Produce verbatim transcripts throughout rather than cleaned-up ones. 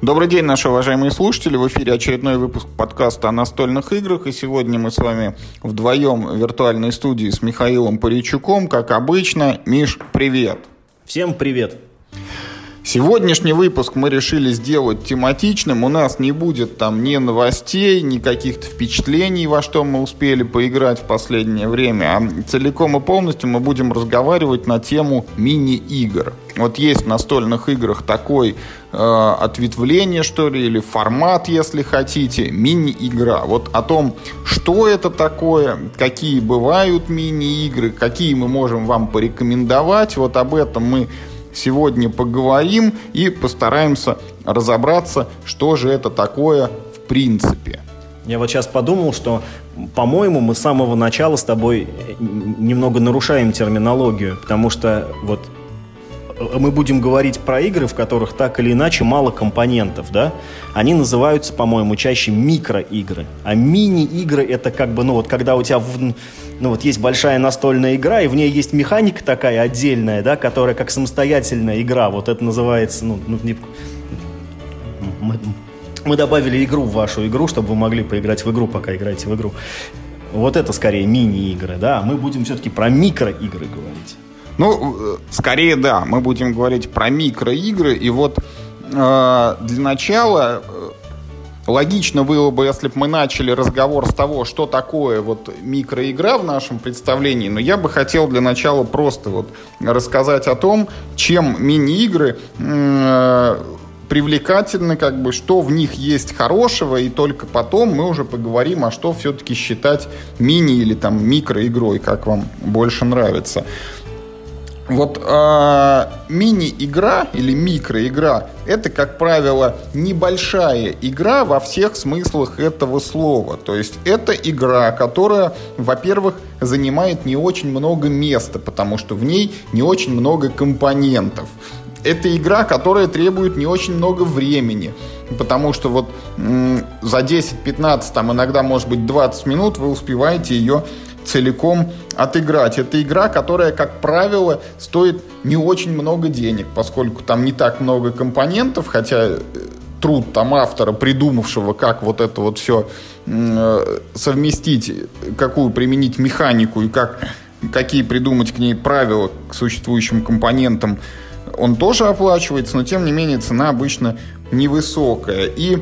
Добрый день, наши уважаемые слушатели. В эфире очередной выпуск подкаста о настольных играх. И сегодня мы с вами вдвоем в виртуальной студии с Михаилом Паричуком. Как обычно. Миш, привет. Всем привет. Сегодняшний выпуск мы решили сделать тематичным. У нас не будет там ни новостей, ни каких-то впечатлений, во что мы успели поиграть в последнее время. А целиком и полностью мы будем разговаривать на тему мини-игр. Вот есть в настольных играх такой э, ответвление, что ли, или формат, если хотите, мини-игра. Вот о том, что это такое, какие бывают мини-игры, какие мы можем вам порекомендовать, вот об этом мы сегодня поговорим и постараемся разобраться, что же это такое в принципе. Я вот сейчас подумал, что, по-моему, мы с самого начала с тобой немного нарушаем терминологию, потому что вот мы будем говорить про игры, в которых так или иначе мало компонентов, да? Они называются, по-моему, чаще микроигры. А мини-игры — это как бы, ну вот, когда у тебя, ну вот, есть большая настольная игра, и в ней есть механика такая отдельная, да, которая как самостоятельная игра. Вот это называется, ну, ну не... мы, мы добавили игру в вашу игру, чтобы вы могли поиграть в игру, пока играете в игру. Вот это скорее мини-игры, да? Мы будем все-таки про микроигры говорить. Ну, скорее, да, мы будем говорить про микроигры. И вот э, для начала э, логично было бы, если бы мы начали разговор с того, что такое вот микроигра в нашем представлении. Но я бы хотел для начала просто вот рассказать о том, чем мини-игры э, привлекательны, как бы, что в них есть хорошего, и только потом мы уже поговорим, а что все-таки считать мини или там микроигрой, как вам больше нравится. Вот э, мини-игра или микроигра — это, как правило, небольшая игра во всех смыслах этого слова. То есть это игра, которая, во-первых, занимает не очень много места, потому что в ней не очень много компонентов. Это игра, которая требует не очень много времени, потому что вот м- за десять-пятнадцать, там иногда, может быть, двадцать минут вы успеваете ее целиком отыграть. Это игра, которая, как правило, стоит не очень много денег, поскольку там не так много компонентов, хотя труд там автора, придумавшего, как вот это вот все э, совместить, какую применить механику и как, какие придумать к ней правила к существующим компонентам, он тоже оплачивается, но тем не менее цена обычно невысокая. И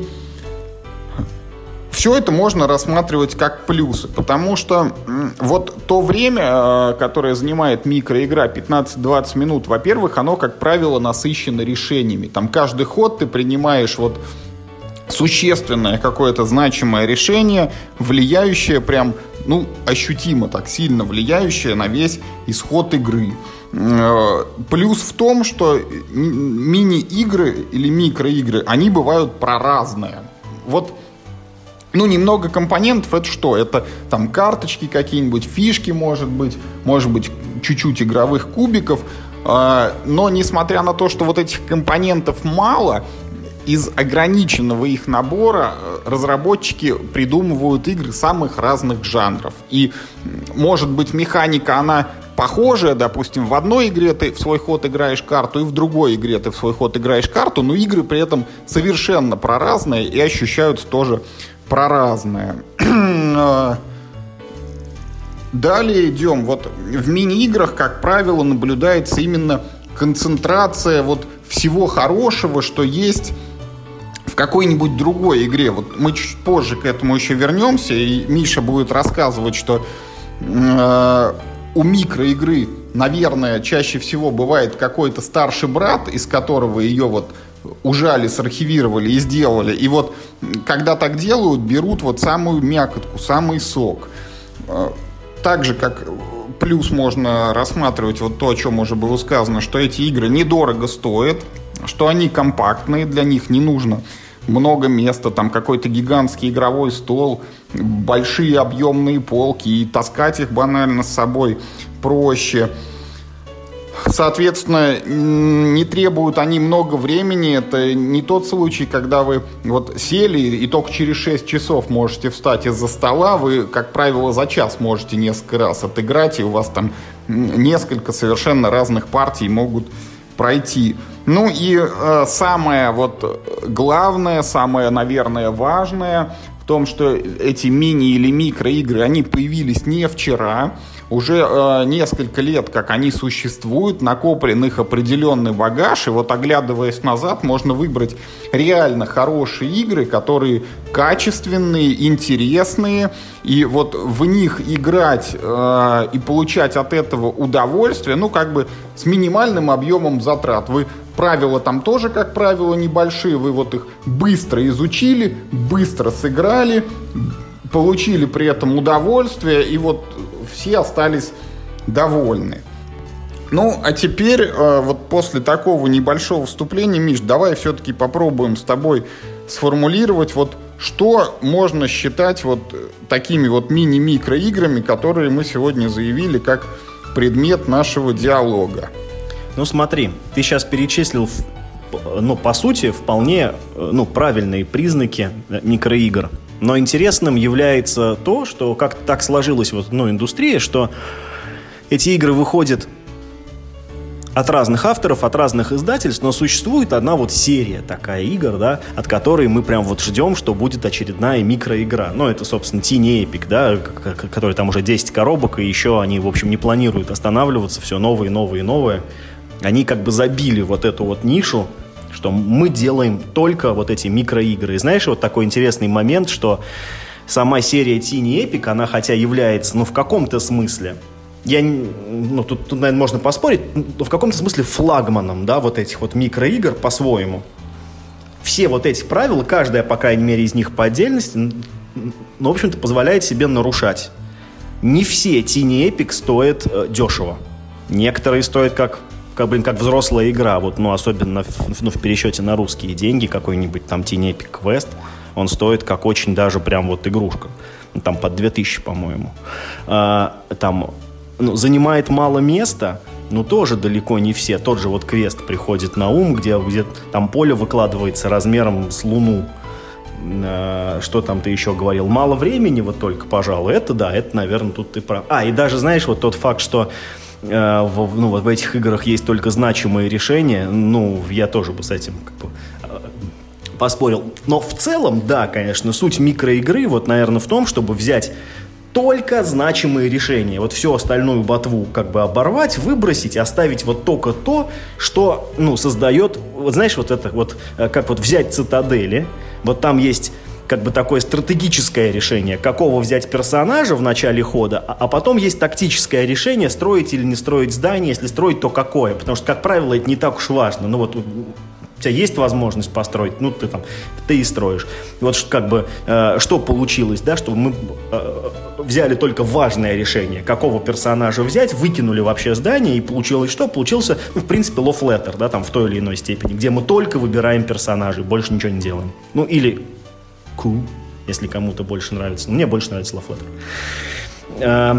все это можно рассматривать как плюсы, потому что вот то время, которое занимает микроигра, пятнадцать-двадцать минут, во-первых, оно, как правило, насыщено решениями. Там каждый ход ты принимаешь вот существенное какое-то значимое решение, влияющее прям, ну, ощутимо так сильно влияющее на весь исход игры. Плюс в том, что мини-игры или микроигры, они бывают проразные. Вот, ну, немного компонентов — это что? Это там карточки какие-нибудь, фишки, может быть, может быть, чуть-чуть игровых кубиков. Но несмотря на то, что вот этих компонентов мало, из ограниченного их набора разработчики придумывают игры самых разных жанров. И, может быть, механика, она похожая, допустим, в одной игре ты в свой ход играешь карту, и в другой игре ты в свой ход играешь карту, но игры при этом совершенно проразные и ощущаются тоже проразные. Далее идем. Вот в мини-играх, как правило, наблюдается именно концентрация вот всего хорошего, что есть в какой-нибудь другой игре. Вот мы чуть позже к этому еще вернемся, и Миша будет рассказывать, что э, у микроигры, наверное, чаще всего бывает какой-то старший брат, из которого ее вот ужали, сархивировали и сделали. И вот когда так делают, берут вот самую мякотку, самый сок. Так же, как плюс можно рассматривать вот то, о чем уже было сказано, что эти игры недорого стоят, что они компактные, для них не нужно много места, там какой-то гигантский игровой стол, большие объемные полки, и таскать их банально с собой проще. Соответственно, не требуют они много времени. Это не тот случай, когда вы вот сели и только через шесть часов можете встать из-за стола. Вы, как правило, за час можете несколько раз отыграть, и у вас там несколько совершенно разных партий могут пройти. Ну и э, самое вот главное, самое, наверное, важное в том, что эти мини- или микроигры, они появились не вчера. Уже э, несколько лет, как они существуют, накоплен их определенный багаж, и вот, оглядываясь назад, можно выбрать реально хорошие игры, которые качественные, интересные, и вот в них играть э, и получать от этого удовольствие, ну, как бы с минимальным объемом затрат. Вы правила там тоже, как правило, небольшие, вы вот их быстро изучили, быстро сыграли, получили при этом удовольствие, и вот все остались довольны. Ну, а теперь, э, вот после такого небольшого вступления, Миш, давай все-таки попробуем с тобой сформулировать, вот что можно считать вот такими вот мини-микроиграми, которые мы сегодня заявили как предмет нашего диалога. Ну, смотри, ты сейчас перечислил, ну, по сути, вполне, ну, правильные признаки микроигр. Но интересным является то, что как-то так сложилась вот, ну, индустрия, что эти игры выходят от разных авторов, от разных издательств, но существует одна вот серия такая игр, да, от которой мы прям вот ждем, что будет очередная микроигра. Ну, это, собственно, Tiny Epic, да, который там уже десять коробок, и еще они, в общем, не планируют останавливаться, все новые, новые, новые. Они как бы забили вот эту вот нишу, что мы делаем только вот эти микроигры. И знаешь, вот такой интересный момент, что сама серия Tiny Epic, она хотя является, ну, в каком-то смысле, я, ну, тут, тут, наверное, можно поспорить, но в каком-то смысле флагманом, да, вот этих вот микроигр по-своему. Все вот эти правила, каждая, по крайней мере, из них по отдельности, ну, в общем-то, позволяет себе нарушать. Не все Tiny Epic стоят э, дешево. Некоторые стоят как... Как, блин, как взрослая игра, вот, ну, особенно в, ну, в пересчете на русские деньги, какой-нибудь там Tiny Epic Quest, он стоит как очень даже прям вот игрушка. Там под две тысячи, по-моему. А, там, ну, занимает мало места, но тоже далеко не все. Тот же вот квест приходит на ум, где, где там поле выкладывается размером с Луну. А, что там ты еще говорил? Мало времени вот только, пожалуй. Это да, это, наверное, тут ты прав. А, и даже, знаешь, вот тот факт, что В, ну, вот в этих играх есть только значимые решения, ну, я тоже бы с этим как бы поспорил. Но в целом, да, конечно, суть микроигры, вот, наверное, в том, чтобы взять только значимые решения. Вот всю остальную ботву как бы оборвать, выбросить, оставить вот только то, что, ну, создает, вот знаешь, вот это вот, как вот взять цитадели, вот там есть как бы такое стратегическое решение, какого взять персонажа в начале хода, а, а потом есть тактическое решение, строить или не строить здание, если строить, то какое, потому что, как правило, это не так уж важно. Ну вот у тебя есть возможность построить, ну ты там, ты и строишь. Вот как бы, э, что получилось, да, что мы э, взяли только важное решение, какого персонажа взять, выкинули вообще здание, и получилось что? Получился, ну, в принципе, love letter, да, там в той или иной степени, где мы только выбираем персонажей, больше ничего не делаем. Ну или Cool, если кому-то больше нравится. Мне больше нравится Love Letter.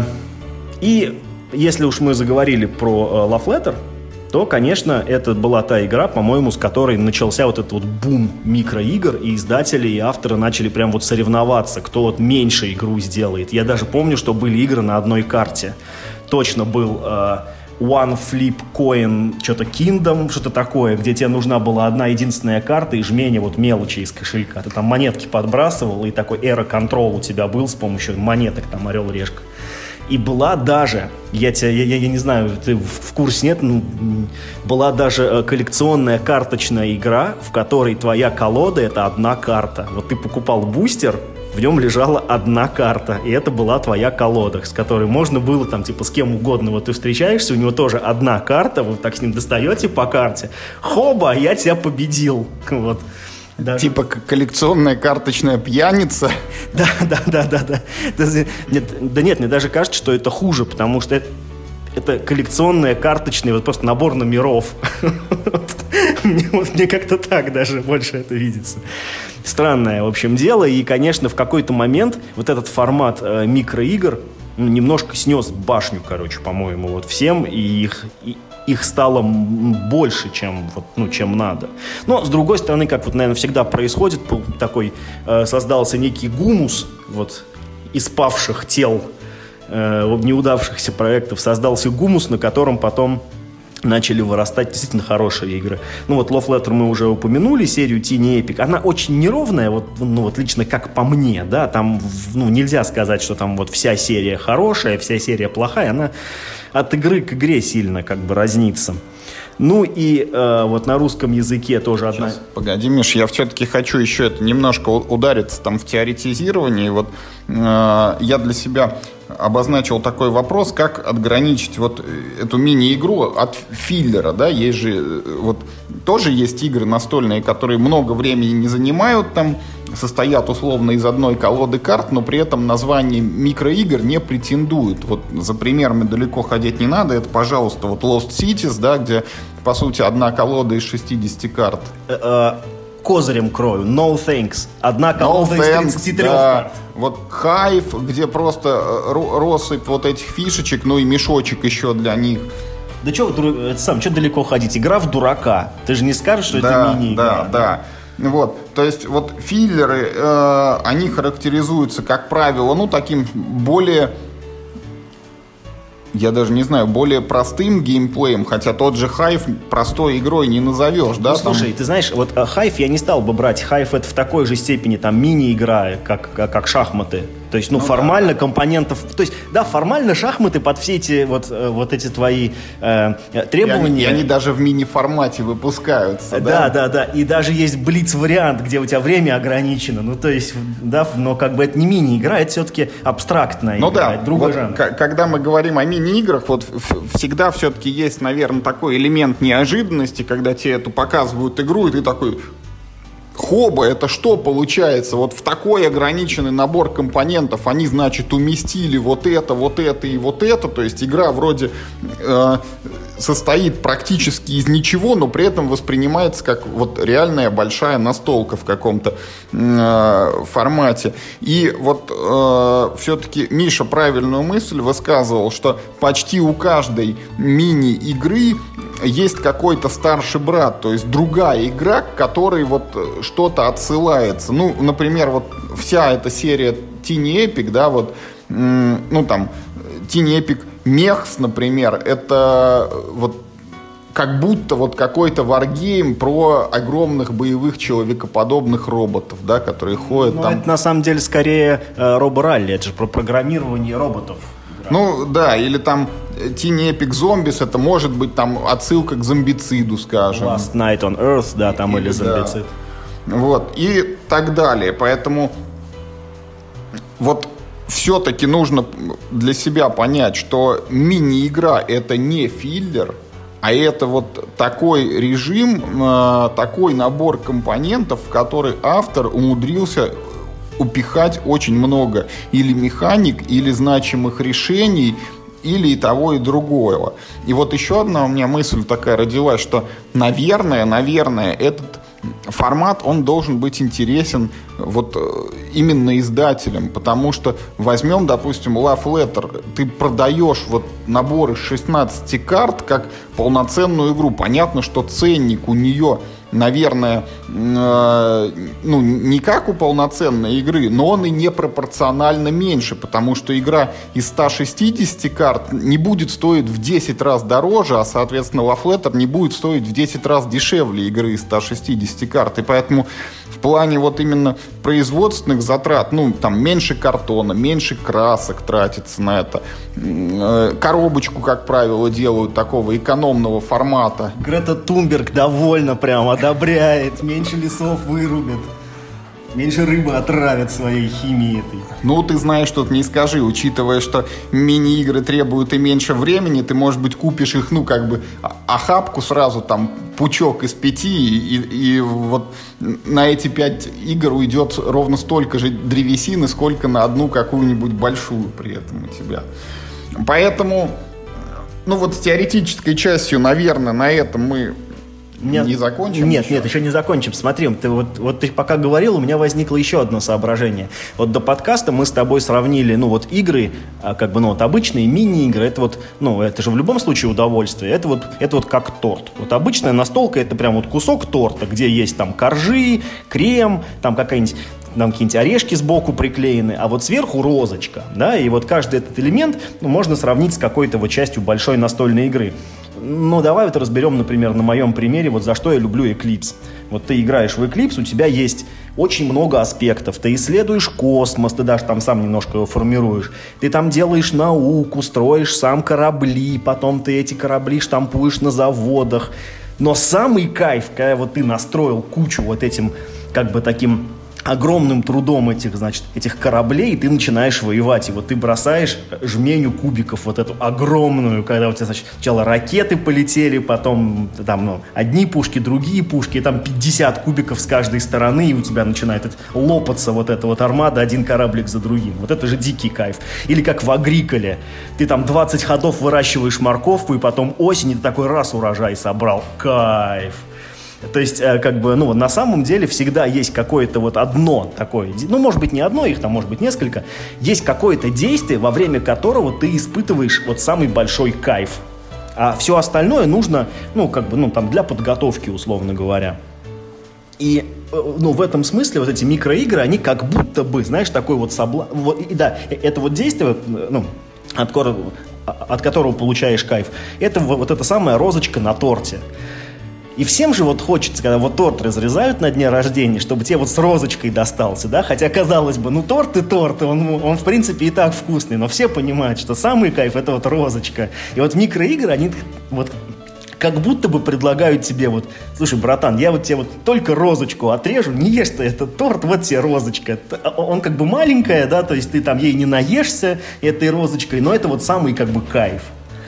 И если уж мы заговорили про Love Letter, то, конечно, это была та игра, по-моему, с которой начался вот этот вот бум микроигр, и издатели, и авторы начали прям вот соревноваться, кто вот меньше игру сделает. Я даже помню, что были игры на одной карте. Точно был One Flip Coin, что-то Kingdom, что-то такое, где тебе нужна была одна единственная карта и жмение вот мелочи из кошелька. Ты там монетки подбрасывал, и такой эро-контрол у тебя был с помощью монеток, там орел-решка. И была даже, я, тебя, я, я, я не знаю, ты в курсе нет, ну, была даже коллекционная карточная игра, в которой твоя колода — это одна карта. Вот ты покупал бустер, в нем лежала одна карта, и это была твоя колода, с которой можно было там, типа, с кем угодно, вот ты встречаешься, у него тоже одна карта, вы так с ним достаете по карте, хоба, я тебя победил, вот. Даже... Типа коллекционная карточная пьяница. Да, да, да, да, да. Нет, да нет, мне даже кажется, что это хуже, потому что это, это коллекционная карточная, вот просто набор номеров. Мне, вот, мне как-то так даже больше это видится. Странное, в общем, дело. И, конечно, в какой-то момент вот этот формат э, микроигр ну, немножко снес башню, короче, по-моему, вот всем, и их, и, их стало больше, чем, вот, ну, чем надо. Но, с другой стороны, как вот, наверное, всегда происходит, такой э, создался некий гумус вот, из павших тел, э, неудавшихся проектов, создался гумус, на котором потом начали вырастать действительно хорошие игры. Ну вот Love Letter мы уже упомянули, серию Tiny Epic. Она очень неровная, вот, ну вот лично как по мне, да, там, ну, нельзя сказать, что там вот вся серия хорошая, вся серия плохая, она от игры к игре сильно как бы разнится. Ну и э, вот на русском языке тоже одна... Сейчас, погоди, Миш, я все-таки хочу еще это немножко удариться там в теоретизировании. Вот э, я для себя обозначил такой вопрос, как отграничить вот эту мини-игру от филлера, да, есть же, вот, тоже есть игры настольные, которые много времени не занимают, там, состоят условно из одной колоды карт, но при этом название микроигр не претендуют. Вот за примерами далеко ходить не надо, это, пожалуйста, вот Lost Cities, да, где, по сути, одна колода из шестидесяти карт. Козырем крою. No thanks. Одна колода no из тридцати трёх да. карт. Вот Hive, где просто россыпь вот этих фишечек, ну и мешочек еще для них. Да что это сам, что далеко ходить? Игра в дурака. Ты же не скажешь, что да, это мини-игра. Да, да. Вот, то есть вот филлеры, э, они характеризуются, как правило, ну таким более... Я даже не знаю, более простым геймплеем, хотя тот же Hive простой игрой не назовешь, да? Ну, слушай, там... ты знаешь, вот Hive я не стал бы брать. Hive это в такой же степени там мини-игра, как, как, как шахматы. То есть, ну, ну формально да. компонентов... То есть, да, формально шахматы под все эти вот, вот эти твои э, требования... И они, и они даже в мини-формате выпускаются, да? Да, да, да. И даже есть блиц-вариант, где у тебя время ограничено. Ну, то есть, да, но как бы это не мини-игра, это все-таки абстрактная ну, игра, да. это другой вот жанр. К- когда мы говорим о мини-играх, вот всегда все-таки есть, наверное, такой элемент неожиданности, когда тебе эту показывают игру, и ты такой... Хоба, это что получается? Вот в такой ограниченный набор компонентов они, значит, уместили вот это, вот это и вот это. То есть игра вроде э, состоит практически из ничего, но при этом воспринимается как вот реальная большая настолка в каком-то э, формате. И вот э, все-таки Миша правильную мысль высказывал, что почти у каждой мини-игры есть какой-то старший брат, то есть другая игра, к которой вот что-то отсылается. Ну, например, вот вся эта серия Tiny Epic, да, вот, ну, там, Tiny Epic Mechs, например, это вот как будто вот какой-то варгейм про огромных боевых человекоподобных роботов, да, которые ходят ну, там. Это на самом деле скорее э, робо-ралли, это же про программирование роботов. Ну, да, или там Tiny Epic Zombies, это может быть там отсылка к зомбициду, скажем. Last Night on Earth, да, там или, или зомбицид. Да. Вот, и так далее. Поэтому вот все-таки нужно для себя понять, что мини-игра — это не филлер, а это вот такой режим, такой набор компонентов, в который автор умудрился упихать очень много или механик, или значимых решений, или и того, и другого. И вот еще одна у меня мысль такая родилась, что, наверное, наверное, этот формат, он должен быть интересен вот именно издателям, потому что возьмем, допустим, Love Letter, ты продаешь вот набор из шестнадцати карт как полноценную игру. Понятно, что ценник у нее, наверное, э, ну, не как у полноценной игры, но он и не пропорционально меньше, потому что игра из ста шестидесяти карт не будет стоить в десять раз дороже, а, соответственно, Love Letter не будет стоить в десять раз дешевле игры из ста шестидесяти карт. И поэтому в плане вот именно производственных затрат, ну, там, меньше картона, меньше красок тратится на это. Коробочку, как правило, делают такого экономного формата. Грета Тунберг довольна прям, одобряет, меньше лесов вырубят, меньше рыбы отравят своей химией этой. Ну, ты знаешь, что-то не скажи, учитывая, что мини-игры требуют и меньше времени, ты, может быть, купишь их, ну, как бы, охапку сразу, там, пучок из пяти, и, и вот на эти пять игр уйдет ровно столько же древесины, сколько на одну какую-нибудь большую при этом у тебя. Поэтому, ну, вот с теоретической частью, наверное, на этом мы... Нет, не закончим? Нет, еще? нет, еще не закончим. Смотри, ты вот, вот ты пока говорил, у меня возникло еще одно соображение. Вот до подкаста мы с тобой сравнили, ну, вот игры, как бы, ну, вот обычные мини-игры, это вот, ну, это же в любом случае удовольствие, это вот, это вот как торт. Вот обычная настолка — это прям вот кусок торта, где есть там коржи, крем, там какая-нибудь... там какие-нибудь орешки сбоку приклеены, а вот сверху розочка, да, и вот каждый этот элемент, ну, можно сравнить с какой-то вот частью большой настольной игры. ну, давай вот разберем, например, на моем примере, вот за что я люблю Eclipse. Вот ты играешь в Eclipse, у тебя есть очень много аспектов. Ты исследуешь космос, ты даже там сам немножко его формируешь. Ты там делаешь науку, строишь сам корабли, потом ты эти корабли штампуешь на заводах. Но самый кайф, когда вот ты настроил кучу вот этим, как бы таким огромным трудом этих, значит, этих кораблей, и ты начинаешь воевать. И вот ты бросаешь жменю кубиков, вот эту огромную, когда у тебя, значит, сначала ракеты полетели, потом там, ну, одни пушки, другие пушки, и там пятьдесят кубиков с каждой стороны, и у тебя начинает лопаться вот эта вот армада, один кораблик за другим. Вот это же дикий кайф. Или как в Агриколе. Ты там двадцать ходов выращиваешь морковку, и потом осенью ты такой раз урожай собрал. Кайф. То есть, как бы, ну, на самом деле всегда есть какое-то вот одно такое, ну, может быть, не одно, их там может быть несколько, есть какое-то действие, во время которого ты испытываешь вот самый большой кайф. А все остальное нужно, ну, как бы, ну, там, для подготовки, условно говоря. И, ну, в этом смысле вот эти микроигры, они как будто бы, знаешь, такой вот соблазн, вот, и да, это вот действие, ну, от которого, от которого получаешь кайф, это вот эта самая розочка на торте. И всем же вот хочется, когда вот торт разрезают на дне рождения, чтобы тебе вот с розочкой достался, да, хотя, казалось бы, ну, торт и торт, он, он в принципе и так вкусный, но все понимают, что самый кайф — это вот розочка. И вот микроигры, они вот как будто бы предлагают тебе вот: слушай, братан, я вот тебе вот только розочку отрежу, не ешь ты этот торт, вот тебе розочка. Он как бы маленькая, да, то есть ты там ей не наешься этой розочкой, но это вот самый как бы кайф.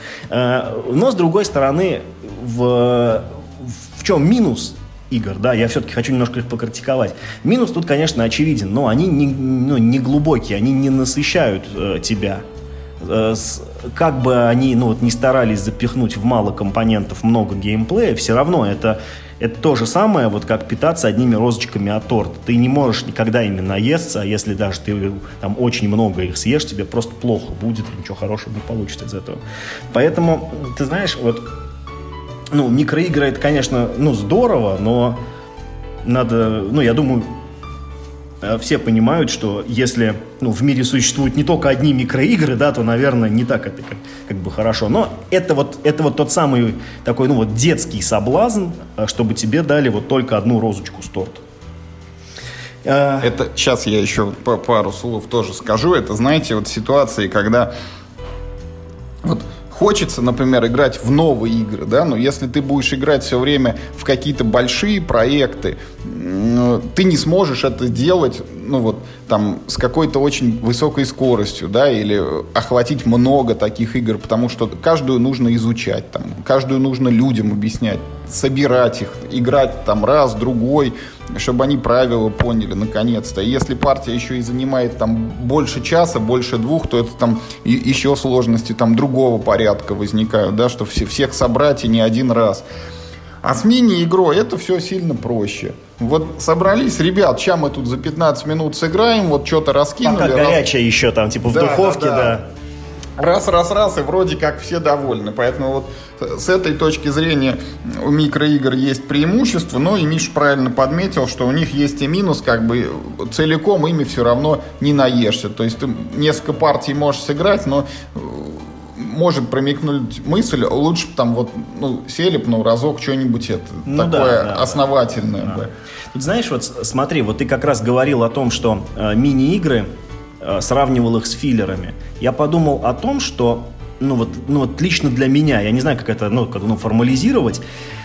Но с другой стороны, в... В чем минус игр, да, я все-таки хочу немножко их покритиковать. Минус тут, конечно, очевиден, но они не, ну, не глубокие, они не насыщают э, тебя. Э, с, как бы они, ну, вот, не старались запихнуть в мало компонентов много геймплея, все равно это, это то же самое, вот как питаться одними розочками от торта. Ты не можешь никогда ими наесться, а если даже ты там очень много их съешь, тебе просто плохо будет, ничего хорошего не получится из этого. Поэтому, ты знаешь, вот... Ну, микроигры — это, конечно, ну, здорово, но надо, ну, я думаю, все понимают, что если, ну, в мире существуют не только одни микроигры, да, то, наверное, не так это как, как бы хорошо. Но это вот, это вот тот самый такой, ну, вот детский соблазн, чтобы тебе дали вот только одну розочку с торта. Это, сейчас я еще пару слов тоже скажу. Это, знаете, вот ситуации, когда вот хочется, например, играть в новые игры, да, но если ты будешь играть все время в какие-то большие проекты, ты не сможешь это делать, ну вот, там, с какой-то очень высокой скоростью, да, или охватить много таких игр, потому что каждую нужно изучать, там, каждую нужно людям объяснять, собирать их, играть там раз, другой, чтобы они правила поняли, наконец-то. И если партия еще и занимает там больше часа, больше двух, то это там и, еще сложности там другого порядка возникают, да, что все, всех собрать и не один раз. А с мини-игрой это все сильно проще. Вот собрались, ребят, ща мы тут за пятнадцать минут сыграем, вот что-то раскинули. Пока горячая раз... еще там, типа в да, духовке, да. да. Раз, раз, раз, и вроде как все довольны. Поэтому вот с этой точки зрения у микроигр есть преимущество, но и Миша правильно подметил, что у них есть и минус, как бы целиком ими все равно не наешься. То есть ты несколько партий можешь сыграть, но может промелькнуть мысль, лучше бы там вот, ну, сели бы, ну, разок что-нибудь это, ну, такое да, да, основательное да. бы. Тут, знаешь, вот смотри, вот ты как раз говорил о том, что э, мини-игры, э, сравнивал их с филлерами. Я подумал о том, что, ну вот, ну вот лично для меня, я не знаю, как это, ну, как, ну, формализировать,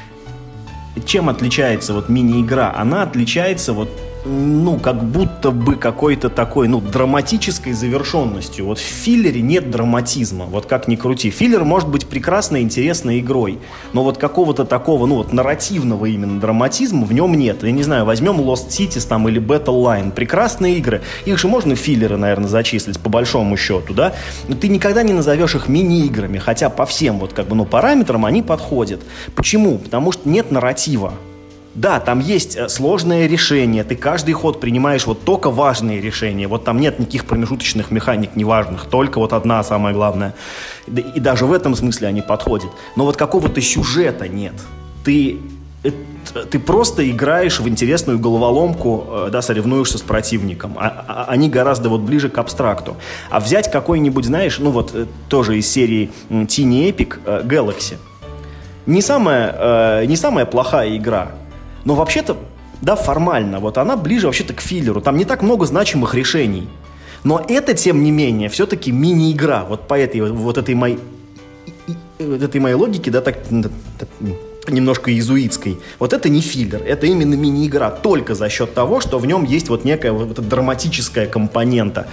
чем отличается вот мини-игра? Она отличается вот, ну, как будто бы какой-то такой, ну, драматической завершенностью. Вот в филлере нет драматизма, вот как ни крути. Филлер может быть прекрасной, интересной игрой, но вот какого-то такого, ну, вот нарративного именно драматизма в нем нет. Я не знаю, возьмем Lost Cities там или Battle Line. Прекрасные игры. Их же можно филлеры, наверное, зачислить по большому счету, да? Но ты никогда не назовешь их мини-играми, хотя по всем вот как бы, ну, параметрам они подходят. Почему? Потому что нет нарратива. Да, там есть сложное решение, ты каждый ход принимаешь вот только важные решения, вот там нет никаких промежуточных механик неважных, только вот одна самая главная, и даже в этом смысле они подходят, но вот какого-то сюжета нет, ты, ты просто играешь в интересную головоломку, да, соревнуешься с противником, а, а, они гораздо вот ближе к абстракту, а взять какой-нибудь, знаешь, ну вот тоже из серии Tiny Epic Galaxy. не самая, э, не самая плохая игра. Но вообще-то, да, формально, вот она ближе вообще-то к филлеру. Там не так много значимых решений. Но это, тем не менее, все-таки мини-игра. Вот по этой вот этой моей, вот этой моей логике, да, так, так немножко иезуитской. Вот это не филлер, это именно мини-игра. Только за счет того, что в нем есть вот некая вот эта драматическая компонента.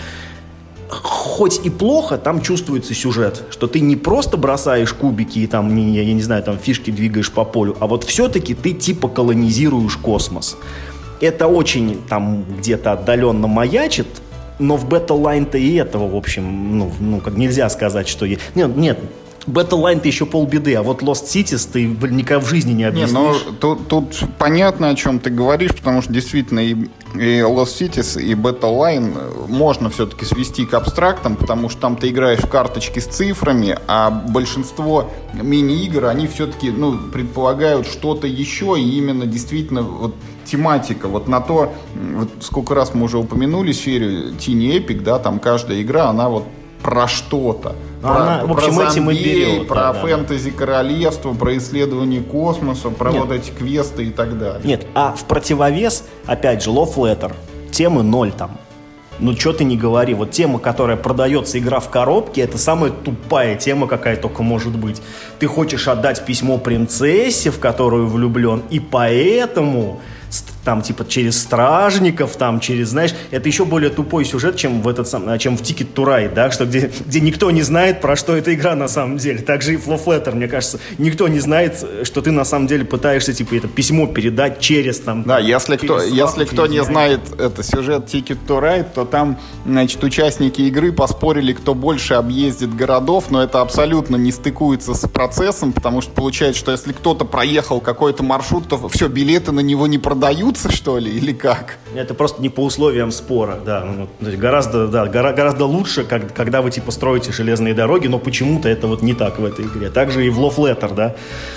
Хоть и плохо, там чувствуется сюжет, что ты не просто бросаешь кубики и там, я, я не знаю, там фишки двигаешь по полю, а вот все-таки ты типа колонизируешь космос. Это очень там где-то отдаленно маячит, но в Battleline-то и этого, в общем, ну, ну как нельзя сказать, что... Нет, нет, Battleline-то еще полбеды, а вот Lost Cities ты никогда в жизни не объяснишь. Не, ну, тут, тут понятно, о чем ты говоришь, потому что действительно и, и Lost Cities, и Battleline можно все-таки свести к абстрактам, потому что там ты играешь в карточки с цифрами, а большинство мини-игр, они все-таки, ну, предполагают что-то еще, и именно действительно вот тематика. Вот на то, вот сколько раз мы уже упомянули серию Tiny Epic, да, там каждая игра, она вот про что-то. Про, она, в общем, про зомби, берет, про да, фэнтези да. королевство, про исследование космоса, про Нет. вот эти квесты и так далее. Нет, а в противовес, опять же, Love Letter, темы ноль там. Ну, что ты не говори. Вот тема, которая продается, игра в коробке, это самая тупая тема, какая только может быть. Ты хочешь отдать письмо принцессе, в которую влюблен, и поэтому... там, типа, через стражников, там, через, знаешь, это еще более тупой сюжет, чем в этот сам, чем в Ticket to Ride, да, что где, где никто не знает, про что эта игра на самом деле. Так же и в Love Letter, мне кажется, никто не знает, что ты на самом деле пытаешься, типа, это письмо передать через, там... Да, если кто, если кто не через... знает это сюжет Ticket to Ride, то там, значит, участники игры поспорили, кто больше объездит городов, но это абсолютно не стыкуется с процессом, потому что получается, что если кто-то проехал какой-то маршрут, то все, билеты на него не продаются, что ли, или как? Это просто не по условиям спора, да. Ну, гораздо, да, гора, гораздо лучше, как, когда вы, типа, строите железные дороги, но почему-то это вот не так в этой игре. Также и в Love Letter, да.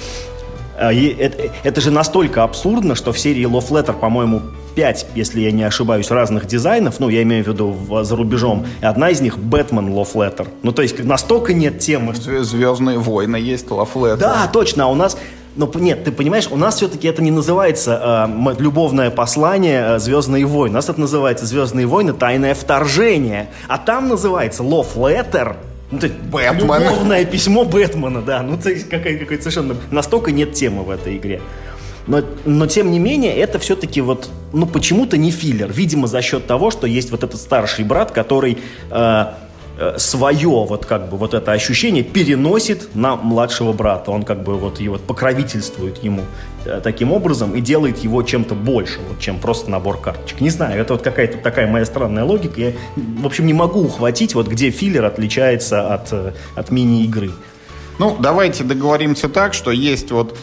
И это, это же настолько абсурдно, что в серии Love Letter, по-моему, пять, если я не ошибаюсь, разных дизайнов, ну, я имею в виду в, за рубежом, и одна из них Batman Love Letter. Ну, то есть настолько нет темы. Что... Звездные войны есть Love Letter. Да, точно, а у нас... Но нет, ты понимаешь, у нас все-таки это не называется э, любовное послание э, «Звездные войны». У нас это называется «Звездные войны. Тайное вторжение». А там называется «Love Letter». Ну, то есть, любовное письмо Бэтмена, да. Ну, то есть какой-то совершенно... Настолько нет темы в этой игре. Но, но, тем не менее, это все-таки вот, ну, почему-то не филлер. Видимо, за счет того, что есть вот этот старший брат, который... Э, свое вот как бы вот это ощущение переносит на младшего брата. Он как бы вот его покровительствует ему э, таким образом и делает его чем-то больше, вот, чем просто набор карточек. Не знаю, это вот какая-то такая моя странная логика. Я, в общем, не могу ухватить, вот где филлер отличается от, от мини-игры. Ну, давайте договоримся так, что есть вот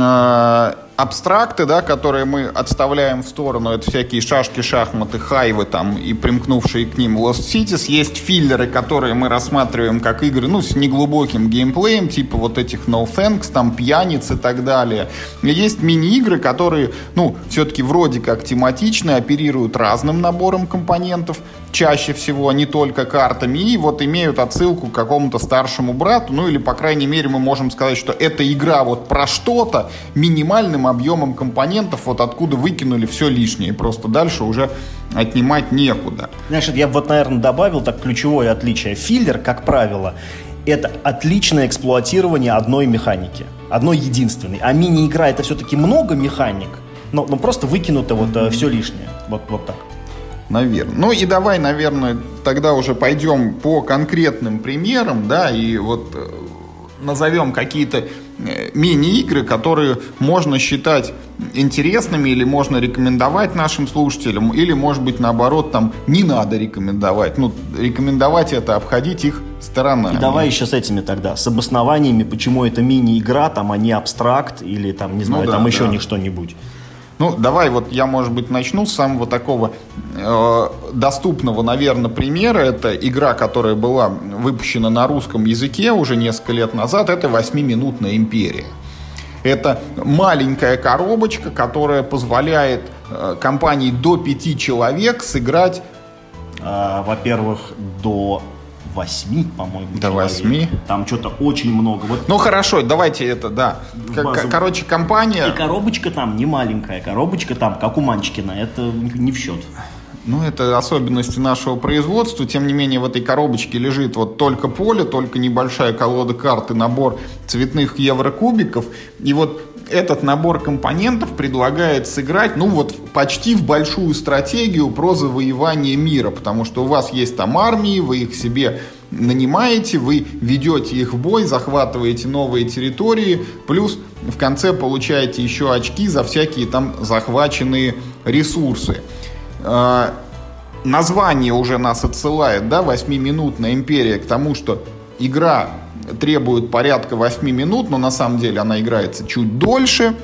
э, абстракты, да, которые мы отставляем в сторону. Это всякие шашки, шахматы, хайвы там и примкнувшие к ним Lost Cities. Есть филлеры, которые мы рассматриваем как игры, ну, с неглубоким геймплеем, типа вот этих No Thanks, там, пьяниц и так далее. И есть мини-игры, которые, ну, все-таки вроде как тематичные, оперируют разным набором компонентов, чаще всего не только картами, и вот имеют отсылку к какому-то старшему брату, ну или, по крайней мере, мы можем сказать, что эта игра вот про что-то минимальным объемом компонентов, вот откуда выкинули все лишнее, просто дальше уже отнимать некуда. Знаешь, я вот, наверное, добавил так ключевое отличие. Филлер, как правило, это отличное эксплуатирование одной механики, одной единственной, а мини-игра это все-таки много механик, но, но просто выкинуто вот mm-hmm. все лишнее, вот, вот так. Наверное. Ну и давай, наверное, тогда уже пойдем по конкретным примерам, да, и вот э, назовем какие-то э, мини-игры, которые можно считать интересными или можно рекомендовать нашим слушателям, или, может быть, наоборот, там не надо рекомендовать. Ну, рекомендовать это, обходить их сторонами. И давай еще с этими тогда, с обоснованиями, почему это мини-игра, там, а не абстракт, или там, не знаю, ну, да, там еще да. не что-нибудь. Ну, давай вот я, может быть, начну с самого такого э, доступного, наверное, примера. Это игра, которая была выпущена на русском языке уже несколько лет назад. Это «Восьмиминутная империя». Это маленькая коробочка, которая позволяет э, компании до пяти человек сыграть... А, во-первых, до восьми, по-моему, до восьми. Там что-то очень много. Вот. Ну хорошо, давайте это, да. К- короче, компания... И коробочка там не маленькая, коробочка там, как у Манчкина, это не в счет. Ну, это особенности нашего производства. Тем не менее, в этой коробочке лежит вот только поле, только небольшая колода карт и набор цветных еврокубиков. И вот этот набор компонентов предлагает сыграть, ну, вот почти в большую стратегию про завоевание мира. Потому что у вас есть там армии, вы их себе нанимаете, вы ведете их в бой, захватываете новые территории, плюс в конце получаете еще очки за всякие там захваченные ресурсы. Название уже нас отсылает, да, восьмиминутная империя, к тому, что игра требует порядка восьми минут, но на самом деле она играется чуть дольше.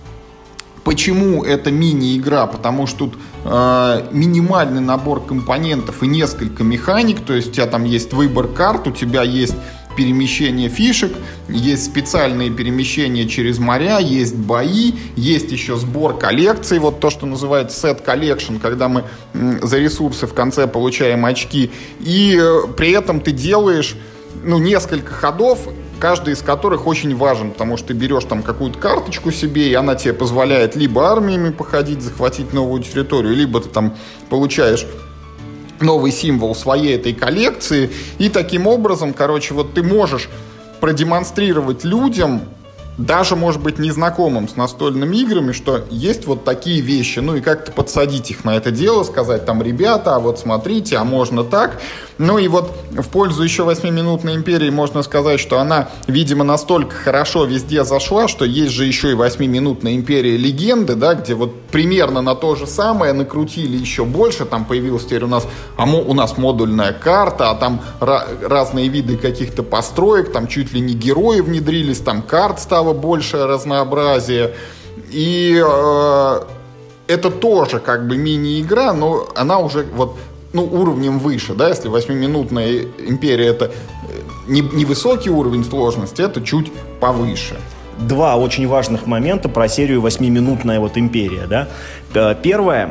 Почему это мини-игра? Потому что тут э, минимальный набор компонентов и несколько механик, то есть у тебя там есть выбор карт, у тебя есть перемещение фишек, есть специальные перемещения через моря, есть бои, есть еще сбор коллекций, вот то, что называется set collection, когда мы за ресурсы в конце получаем очки, и при этом ты делаешь, ну, несколько ходов, каждый из которых очень важен, потому что ты берешь там какую-то карточку себе, и она тебе позволяет либо армиями походить, захватить новую территорию, либо ты там получаешь новый символ своей этой коллекции, и таким образом, короче, вот ты можешь продемонстрировать людям, даже, может быть, незнакомым с настольными играми, что есть вот такие вещи, ну и как-то подсадить их на это дело, сказать там: ребята, а вот смотрите, а можно так. Ну и вот в пользу еще восьмиминутной империи можно сказать, что она, видимо, настолько хорошо везде зашла, что есть же еще и восьмиминутная империя легенды, да, где вот примерно на то же самое накрутили еще больше, там появилась теперь у нас, а мо, у нас модульная карта, а там ra- разные виды каких-то построек, там чуть ли не герои внедрились, там карт стало большее разнообразие, и э, это тоже как бы мини-игра, но она уже вот, ну, уровнем выше, да, если восьмиминутная империя — это невысокий уровень сложности, это чуть повыше. Два очень важных момента про серию «Восьмиминутная вот империя», да. Первое,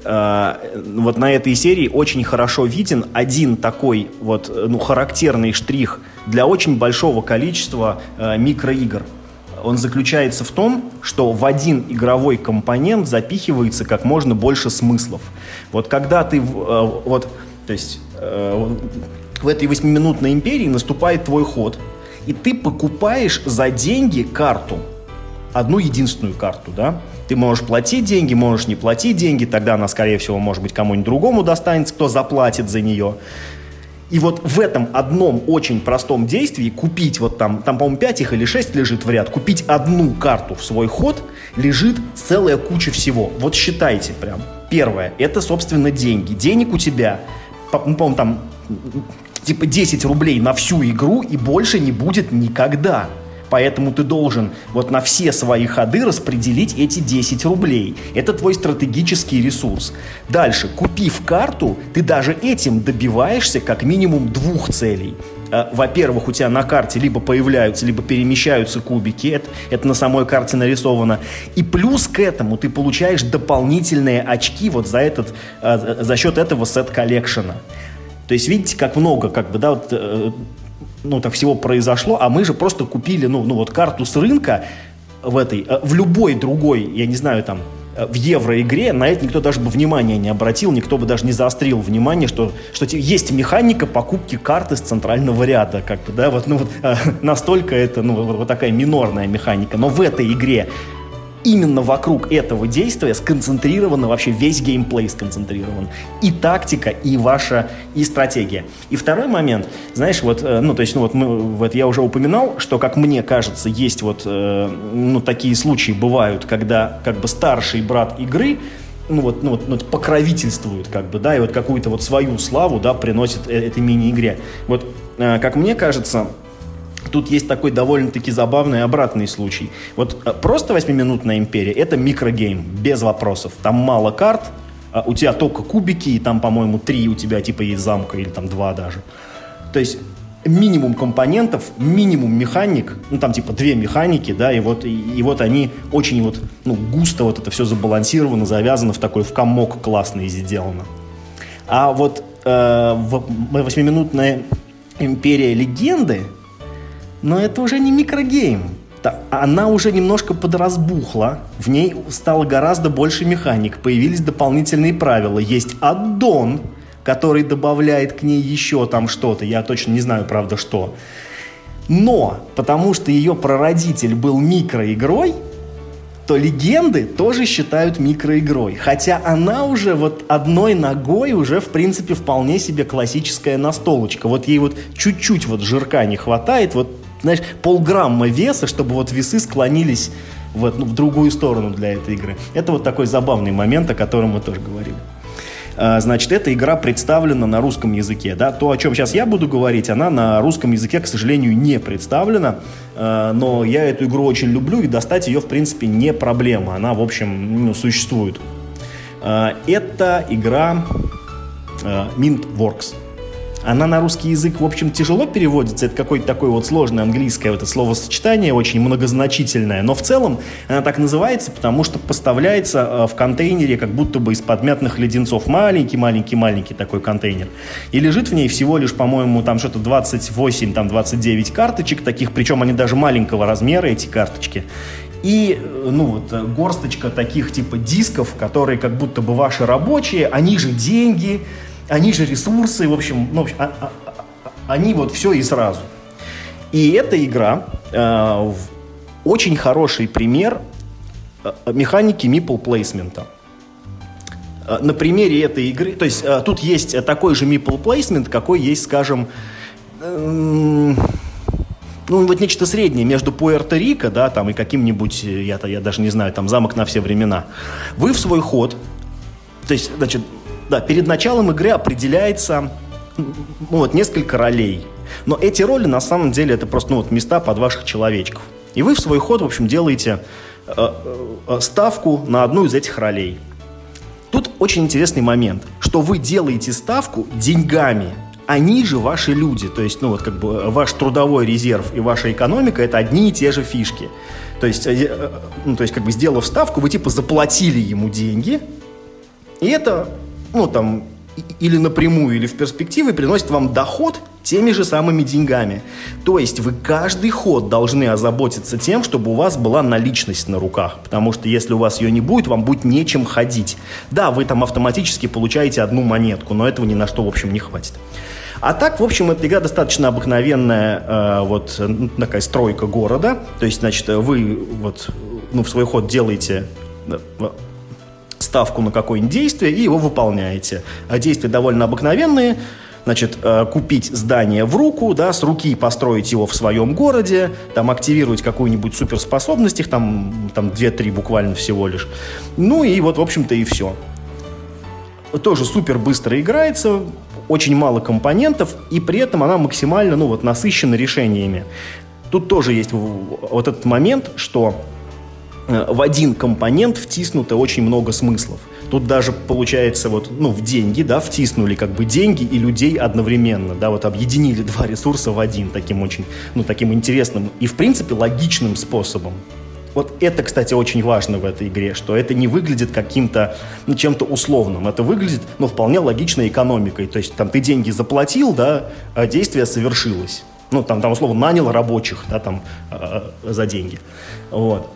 вот на этой серии очень хорошо виден один такой вот, ну, характерный штрих для очень большого количества микроигр. Он заключается в том, что в один игровой компонент запихивается как можно больше смыслов. Вот когда ты, вот, то есть в этой восьмиминутной империи наступает твой ход, и ты покупаешь за деньги карту, одну единственную карту, да? Ты можешь платить деньги, можешь не платить деньги, тогда она, скорее всего, может быть, кому-нибудь другому достанется, кто заплатит за нее. И вот в этом одном очень простом действии купить, вот там, там, по-моему, пять их или шесть лежит в ряд, купить одну карту в свой ход, лежит целая куча всего. Вот считайте прям. Первое, это, собственно, деньги. Денег у тебя, по-моему, там, типа десять рублей на всю игру, и больше не будет никогда. Поэтому ты должен вот на все свои ходы распределить эти десять рублей. Это твой стратегический ресурс. Дальше, купив карту, ты даже этим добиваешься как минимум двух целей. Во-первых, у тебя на карте либо появляются, либо перемещаются кубики. Это, это на самой карте нарисовано. И плюс к этому ты получаешь дополнительные очки вот за, этот, за счет этого сет-коллекшена. То есть видите, как много, как бы, да, вот, ну, так всего произошло, а мы же просто купили, ну, ну вот карту с рынка в этой, в любой другой, я не знаю, там, в евроигре, на это никто даже бы внимания не обратил, никто бы даже не заострил внимание, что, что есть механика покупки карты с центрального ряда, как бы, да, вот, ну, вот, настолько это, ну, вот, вот такая минорная механика, но в этой игре именно вокруг этого действия сконцентрирован вообще весь геймплей сконцентрирован. И тактика, и ваша, и стратегия. И второй момент, знаешь, вот, ну, то есть, ну, вот, мы, вот я уже упоминал, что, как мне кажется, есть вот, ну, такие случаи бывают, когда, как бы, старший брат игры, ну, вот, ну, вот, ну, покровительствует, как бы, да, и вот какую-то вот свою славу, да, приносит этой мини-игре. Вот, как мне кажется, тут есть такой довольно-таки забавный обратный случай. Вот просто восьмиминутная империя — это микрогейм, без вопросов. Там мало карт, у тебя только кубики, и там, по-моему, три у тебя типа есть замка, или там два даже. То есть минимум компонентов, минимум механик, ну там типа две механики, да, и вот, и, и вот они очень вот, ну, густо вот это все забалансировано, завязано в такой, в комок классно и сделано. А вот э, в восьмиминутной Империя Легенды, но это уже не микрогейм. Она уже немножко подразбухла, в ней стало гораздо больше механик, появились дополнительные правила. Есть аддон, который добавляет к ней еще там что-то, я точно не знаю, правда, что. Но, потому что ее прародитель был микроигрой, то Легенды тоже считают микроигрой. Хотя она уже вот одной ногой уже, в принципе, вполне себе классическая настолочка. Вот ей вот чуть-чуть вот жирка не хватает, вот, знаешь, полграмма веса, чтобы вот весы склонились вот, ну, в другую сторону для этой игры. Это вот такой забавный момент, о котором мы тоже говорили. Значит, эта игра представлена на русском языке. Да? То, о чем сейчас я буду говорить, она на русском языке, к сожалению, не представлена. Но я эту игру очень люблю, и достать ее, в принципе, не проблема. Она, в общем, ну, существует. Это игра Mintworks. Она на русский язык, в общем, тяжело переводится. Это какое-то такое вот сложное английское вот это словосочетание, очень многозначительное. Но в целом она так называется, потому что поставляется в контейнере как будто бы из-под мятных леденцов. Маленький-маленький-маленький такой контейнер. И лежит в ней всего лишь, по-моему, там что-то двадцать восемь, там двадцать девять карточек таких. Причем они даже маленького размера, эти карточки. И, ну вот, горсточка таких типа дисков, которые как будто бы ваши рабочие, они же деньги, они же ресурсы, в общем, ну, в общем а, а, а, они вот все и сразу. И эта игра э, очень хороший пример э, механики meeple-плейсмента. Э, на примере этой игры, то есть э, тут есть такой же meeple-плейсмент, какой есть, скажем, э, ну вот нечто среднее между Пуэрто-Рико, да, там и каким-нибудь, я, я даже не знаю, там замок на все времена. Вы в свой ход, то есть, значит, да, перед началом игры определяется ну, вот, несколько ролей. Но эти роли, на самом деле, это просто ну, вот, места под ваших человечков. И вы в свой ход, в общем, делаете э, э, ставку на одну из этих ролей. Тут очень интересный момент, что вы делаете ставку деньгами. Они же ваши люди. То есть, ну, вот, как бы, ваш трудовой резерв и ваша экономика – это одни и те же фишки. То есть, э, ну, то есть как бы, сделав ставку, вы типа заплатили ему деньги, и это... ну, там, или напрямую, или в перспективе приносит вам доход теми же самыми деньгами. То есть вы каждый ход должны озаботиться тем, чтобы у вас была наличность на руках. Потому что если у вас ее не будет, вам будет нечем ходить. Да, вы там автоматически получаете одну монетку, но этого ни на что, в общем, не хватит. А так, в общем, эта игра достаточно обыкновенная, э, вот такая стройка города. То есть, значит, вы вот, ну, в свой ход делаете... ставку на какое-нибудь действие и его выполняете. А действия довольно обыкновенные. Значит, купить здание в руку, да, с руки построить его в своем городе, там, активировать какую-нибудь суперспособность, их там, там две-три буквально всего лишь. Ну и вот, в общем-то, и все. Тоже супер быстро играется, очень мало компонентов, и при этом она максимально, ну, вот, насыщена решениями. Тут тоже есть вот этот момент, что в один компонент втиснуто очень много смыслов. Тут даже получается вот, ну, в деньги, да, втиснули как бы деньги и людей одновременно, да, вот объединили два ресурса в один таким очень, ну, таким интересным и, в принципе, логичным способом. Вот это, кстати, очень важно в этой игре, что это не выглядит каким-то, ну, чем-то условным. Это выглядит, ну, вполне логичной экономикой. То есть там ты деньги заплатил, да, а действие совершилось. Ну, там, там условно, нанял рабочих, да, там, э, за деньги. Вот.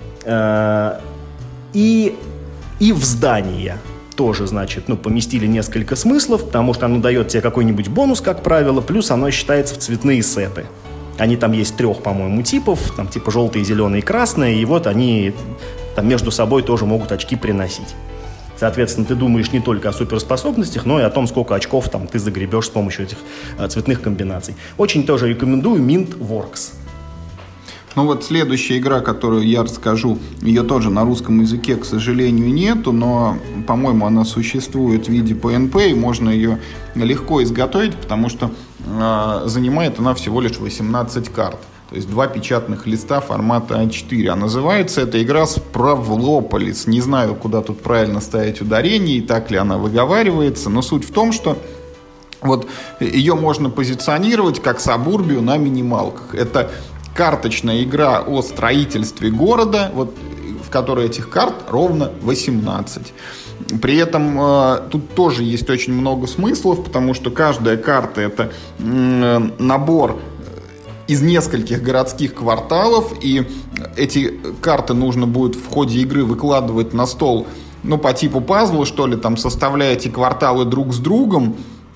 И, и в здание тоже, значит, ну, поместили несколько смыслов, потому что оно дает тебе какой-нибудь бонус, как правило, плюс оно считается в цветные сеты. Они там есть трех, по-моему, типов, там типа желтые, зеленые, красные, и вот они там между собой тоже могут очки приносить. Соответственно, ты думаешь не только о суперспособностях, но и о том, сколько очков там ты загребешь с помощью этих а, цветных комбинаций. Очень тоже рекомендую Mintworks. Ну вот следующая игра, которую я расскажу, ее тоже на русском языке, к сожалению, нету, но, по-моему, она существует в виде пи эн пи, и можно ее легко изготовить, потому что э, занимает она всего лишь восемнадцать карт. То есть два печатных листа формата а четыре. А называется эта игра Справлополис. Не знаю, куда тут правильно ставить ударение и так ли она выговаривается, но суть в том, что вот ее можно позиционировать как сабурбию на минималках. Это карточная игра о строительстве города, вот, в которой этих карт ровно восемнадцать. При этом э, тут тоже есть очень много смыслов, потому что каждая карта — это э, набор из нескольких городских кварталов, и эти карты нужно будет в ходе игры выкладывать на стол, ну, по типу пазла, что ли, там, составляя эти кварталы друг с другом.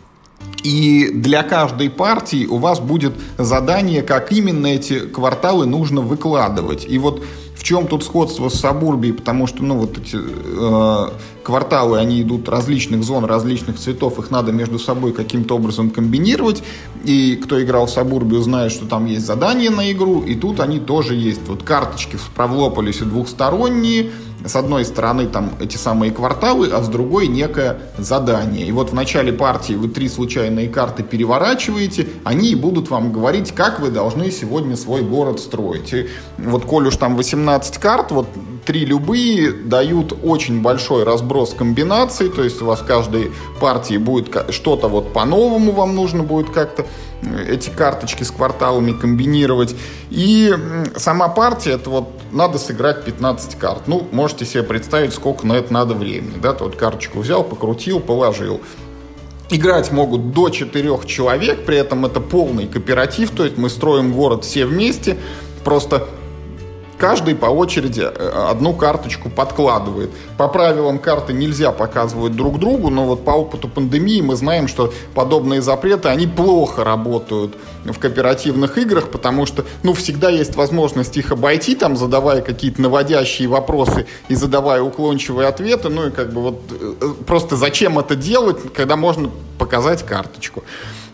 И для каждой партии у вас будет задание, как именно эти кварталы нужно выкладывать. И вот в чем тут сходство с Сабурбией, потому что, ну, вот эти э, кварталы, они идут различных зон, различных цветов, их надо между собой каким-то образом комбинировать. И кто играл в Сабурбию, знает, что там есть задания на игру, и тут они тоже есть. Вот карточки в Справлополисе двухсторонние. С одной стороны там эти самые кварталы, а с другой некое задание. И вот в начале партии вы три случайные карты переворачиваете, они и будут вам говорить, как вы должны сегодня свой город строить. И вот коль уж там восемнадцать карт, вот три любые дают очень большой разброс комбинаций, то есть у вас в каждой партии будет что-то вот по-новому, вам нужно будет как-то эти карточки с кварталами комбинировать. И сама партия, это вот надо сыграть пятнадцать карт. Ну, можете себе представить, сколько на это надо времени. Да? Ты вот карточку взял, покрутил, положил. Играть могут до четырех человек, при этом это полный кооператив, то есть мы строим город все вместе, просто каждый по очереди одну карточку подкладывает. По правилам карты нельзя показывать друг другу, но вот по опыту пандемии мы знаем, что подобные запреты, они плохо работают в кооперативных играх, потому что, ну, всегда есть возможность их обойти, там, задавая какие-то наводящие вопросы и задавая уклончивые ответы, ну, и как бы вот просто зачем это делать, когда можно показать карточку.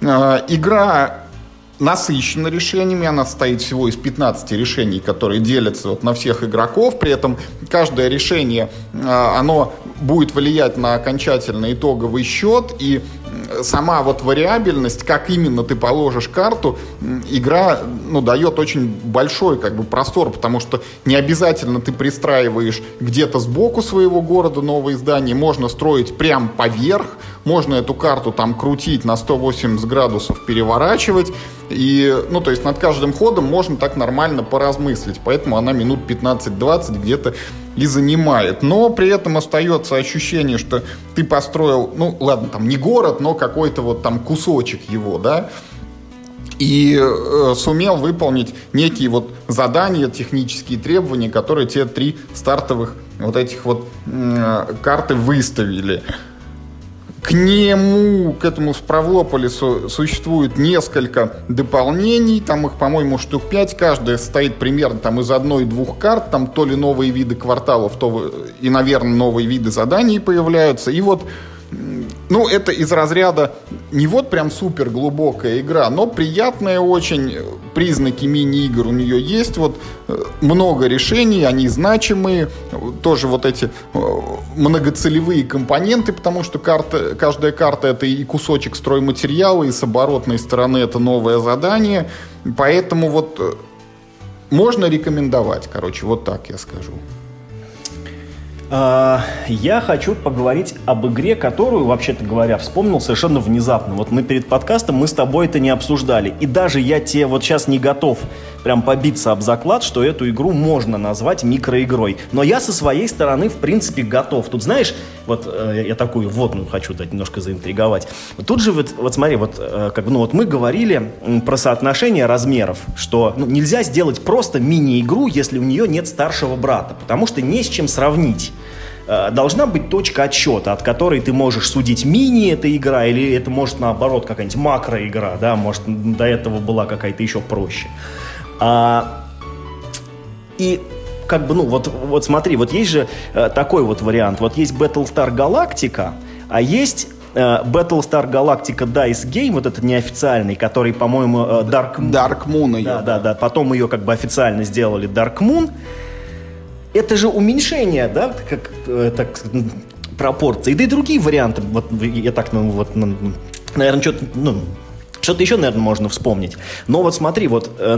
Игра насыщена решениями, она состоит всего из пятнадцати решений, которые делятся вот на всех игроков, при этом каждое решение, оно будет влиять на окончательный итоговый счет, и сама вот вариабельность, как именно ты положишь карту, игра, ну, дает очень большой как бы простор, потому что не обязательно ты пристраиваешь где-то сбоку своего города новые здания, можно строить прям поверх, можно эту карту там крутить на сто восемьдесят градусов, переворачивать, и, ну, то есть над каждым ходом можно так нормально поразмыслить, поэтому она минут пятнадцать-двадцать где-то и занимает. Но при этом остается ощущение, что ты построил, ну, ладно, там не город, но какой-то вот там кусочек его, да, и э, сумел выполнить некие вот задания, технические требования, которые те три стартовых вот этих вот э, карты выставили. К нему, к этому Справлополису существует несколько дополнений, там их, по-моему, штук пять, каждая состоит примерно там из одной-двух карт, там то ли новые виды кварталов, то и, наверное, новые виды заданий появляются, и вот, ну, это из разряда не вот прям супер глубокая игра, но приятная очень, признаки мини-игр у нее есть, вот много решений, они значимые, тоже вот эти многоцелевые компоненты, потому что карта, каждая карта — это и кусочек стройматериала, и с оборотной стороны это новое задание, поэтому вот можно рекомендовать, короче, вот так я скажу. Я хочу поговорить об игре, которую, вообще-то говоря, вспомнил совершенно внезапно. Вот мы перед подкастом, мы с тобой это не обсуждали. И даже я тебе вот сейчас не готов прям побиться об заклад, что эту игру можно назвать микроигрой. Но я со своей стороны, в принципе, готов. Тут, знаешь, вот э, я такую вводную хочу дать, немножко заинтриговать. Тут же, вот, вот смотри, вот, э, как бы, ну, вот мы говорили про соотношение размеров, что, ну, нельзя сделать просто мини-игру, если у нее нет старшего брата, потому что не с чем сравнить. Должна быть точка отсчета, от которой ты можешь судить, мини эта игра, или это может, наоборот, какая-нибудь макроигра, да, может, до этого была какая-то еще проще. А, и как бы, ну, вот, вот смотри, вот есть же э, такой вот вариант. Вот есть Battlestar Galactica, а есть э, Battlestar Galactica Dice Game, вот этот неофициальный, который, по-моему, э, Dark Moon. Dark Moon ее. Да, да, да, потом ее как бы официально сделали Dark Moon. Это же уменьшение, да, как, э, так, пропорции. Да и другие варианты. Вот я так, ну, вот, ну, наверное, что-то, ну, что-то еще, наверное, можно вспомнить. Но вот смотри, вот э,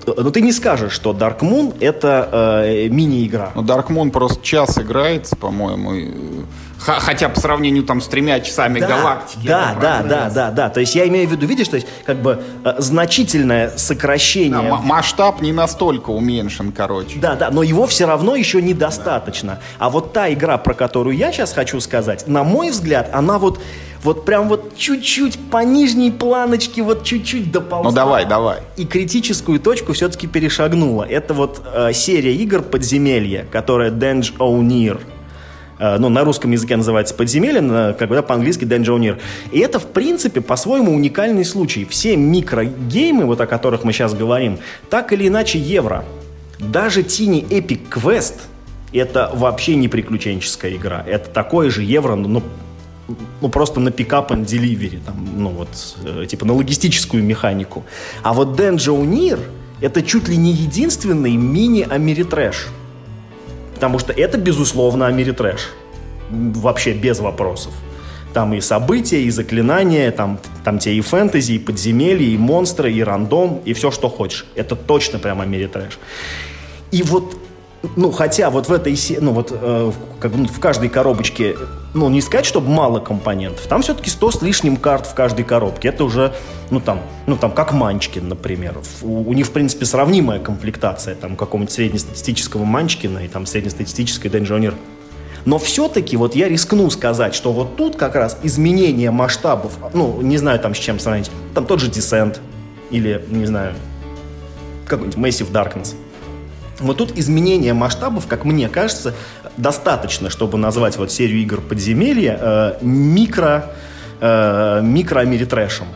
но ты не скажешь, что Dark Moon это э, мини-игра. Ну, Dark Moon просто час играется, по-моему. И... Хотя по сравнению там с тремя часами да, галактики. Да, да, да, да, да. То есть я имею в виду, видишь, то есть как бы э, значительное сокращение. Да, м- масштаб не настолько уменьшен, короче. Да, да, но его все равно еще недостаточно. Да. А вот та игра, про которую я сейчас хочу сказать, на мой взгляд, она вот, вот прям вот чуть-чуть по нижней планочке, вот чуть-чуть доползла. Ну давай, давай. И критическую точку все-таки перешагнула. Это вот э, серия игр «Подземелье», которая Dungeon Near. Ну, на русском языке называется «Подземелье», когда по-английски Dungeon Near. И это, в принципе, по-своему уникальный случай. Все микрогеймы, вот о которых мы сейчас говорим, так или иначе евро. Даже Tiny Epic Quest — это вообще не приключенческая игра. Это такое же евро, ну, ну просто на pick-up and delivery, там, ну вот, типа на логистическую механику. А вот Dungeon Near — это чуть ли не единственный мини-америтрэш. Потому что это, безусловно, америтрэш. Вообще без вопросов. Там и события, и заклинания, там, там те и фэнтези, и подземелья, и монстры, и рандом, и все, что хочешь. Это точно прям америтрэш. И вот, ну, хотя вот в этой, ну, вот, э, как бы в каждой коробочке, ну, не сказать, чтобы мало компонентов. Там все-таки сто с лишним карт в каждой коробке. Это уже, ну, там, ну, там как Манчкин, например. У, у них, в принципе, сравнимая комплектация там какого-нибудь среднестатистического Манчкина и там среднестатистической Dungeon Near. Но все-таки вот я рискну сказать, что вот тут как раз изменение масштабов, ну, не знаю там с чем сравнить, там тот же Descent или, не знаю, какой-нибудь Massive Darkness. Вот тут изменение масштабов, как мне кажется, достаточно, чтобы назвать вот серию игр «Подземелье» э, микро, э, микро-америтрэшем.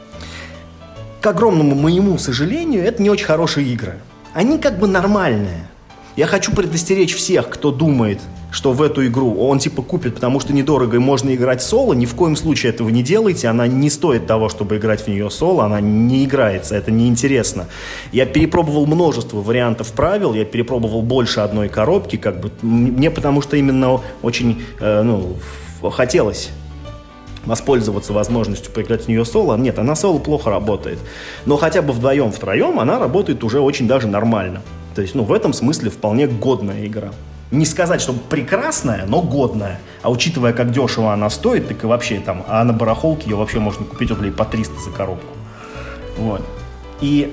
К огромному моему сожалению, это не очень хорошие игры. Они как бы нормальные. Я хочу предостеречь всех, кто думает, что в эту игру он типа купит, потому что недорого и можно играть соло. Ни в коем случае этого не делайте. Она не стоит того, чтобы играть в нее соло. Она не играется, это неинтересно. Я перепробовал множество вариантов правил. Я перепробовал больше одной коробки. Как бы, мне потому что именно очень э, ну, хотелось воспользоваться возможностью поиграть в нее соло. Нет, она соло плохо работает. Но хотя бы вдвоем-втроем она работает уже очень даже нормально. То есть, ну, в этом смысле вполне годная игра. Не сказать, что прекрасная, но годная. А учитывая, как дешево она стоит, так и вообще там, а на барахолке ее вообще можно купить рублей по триста за коробку. Вот. И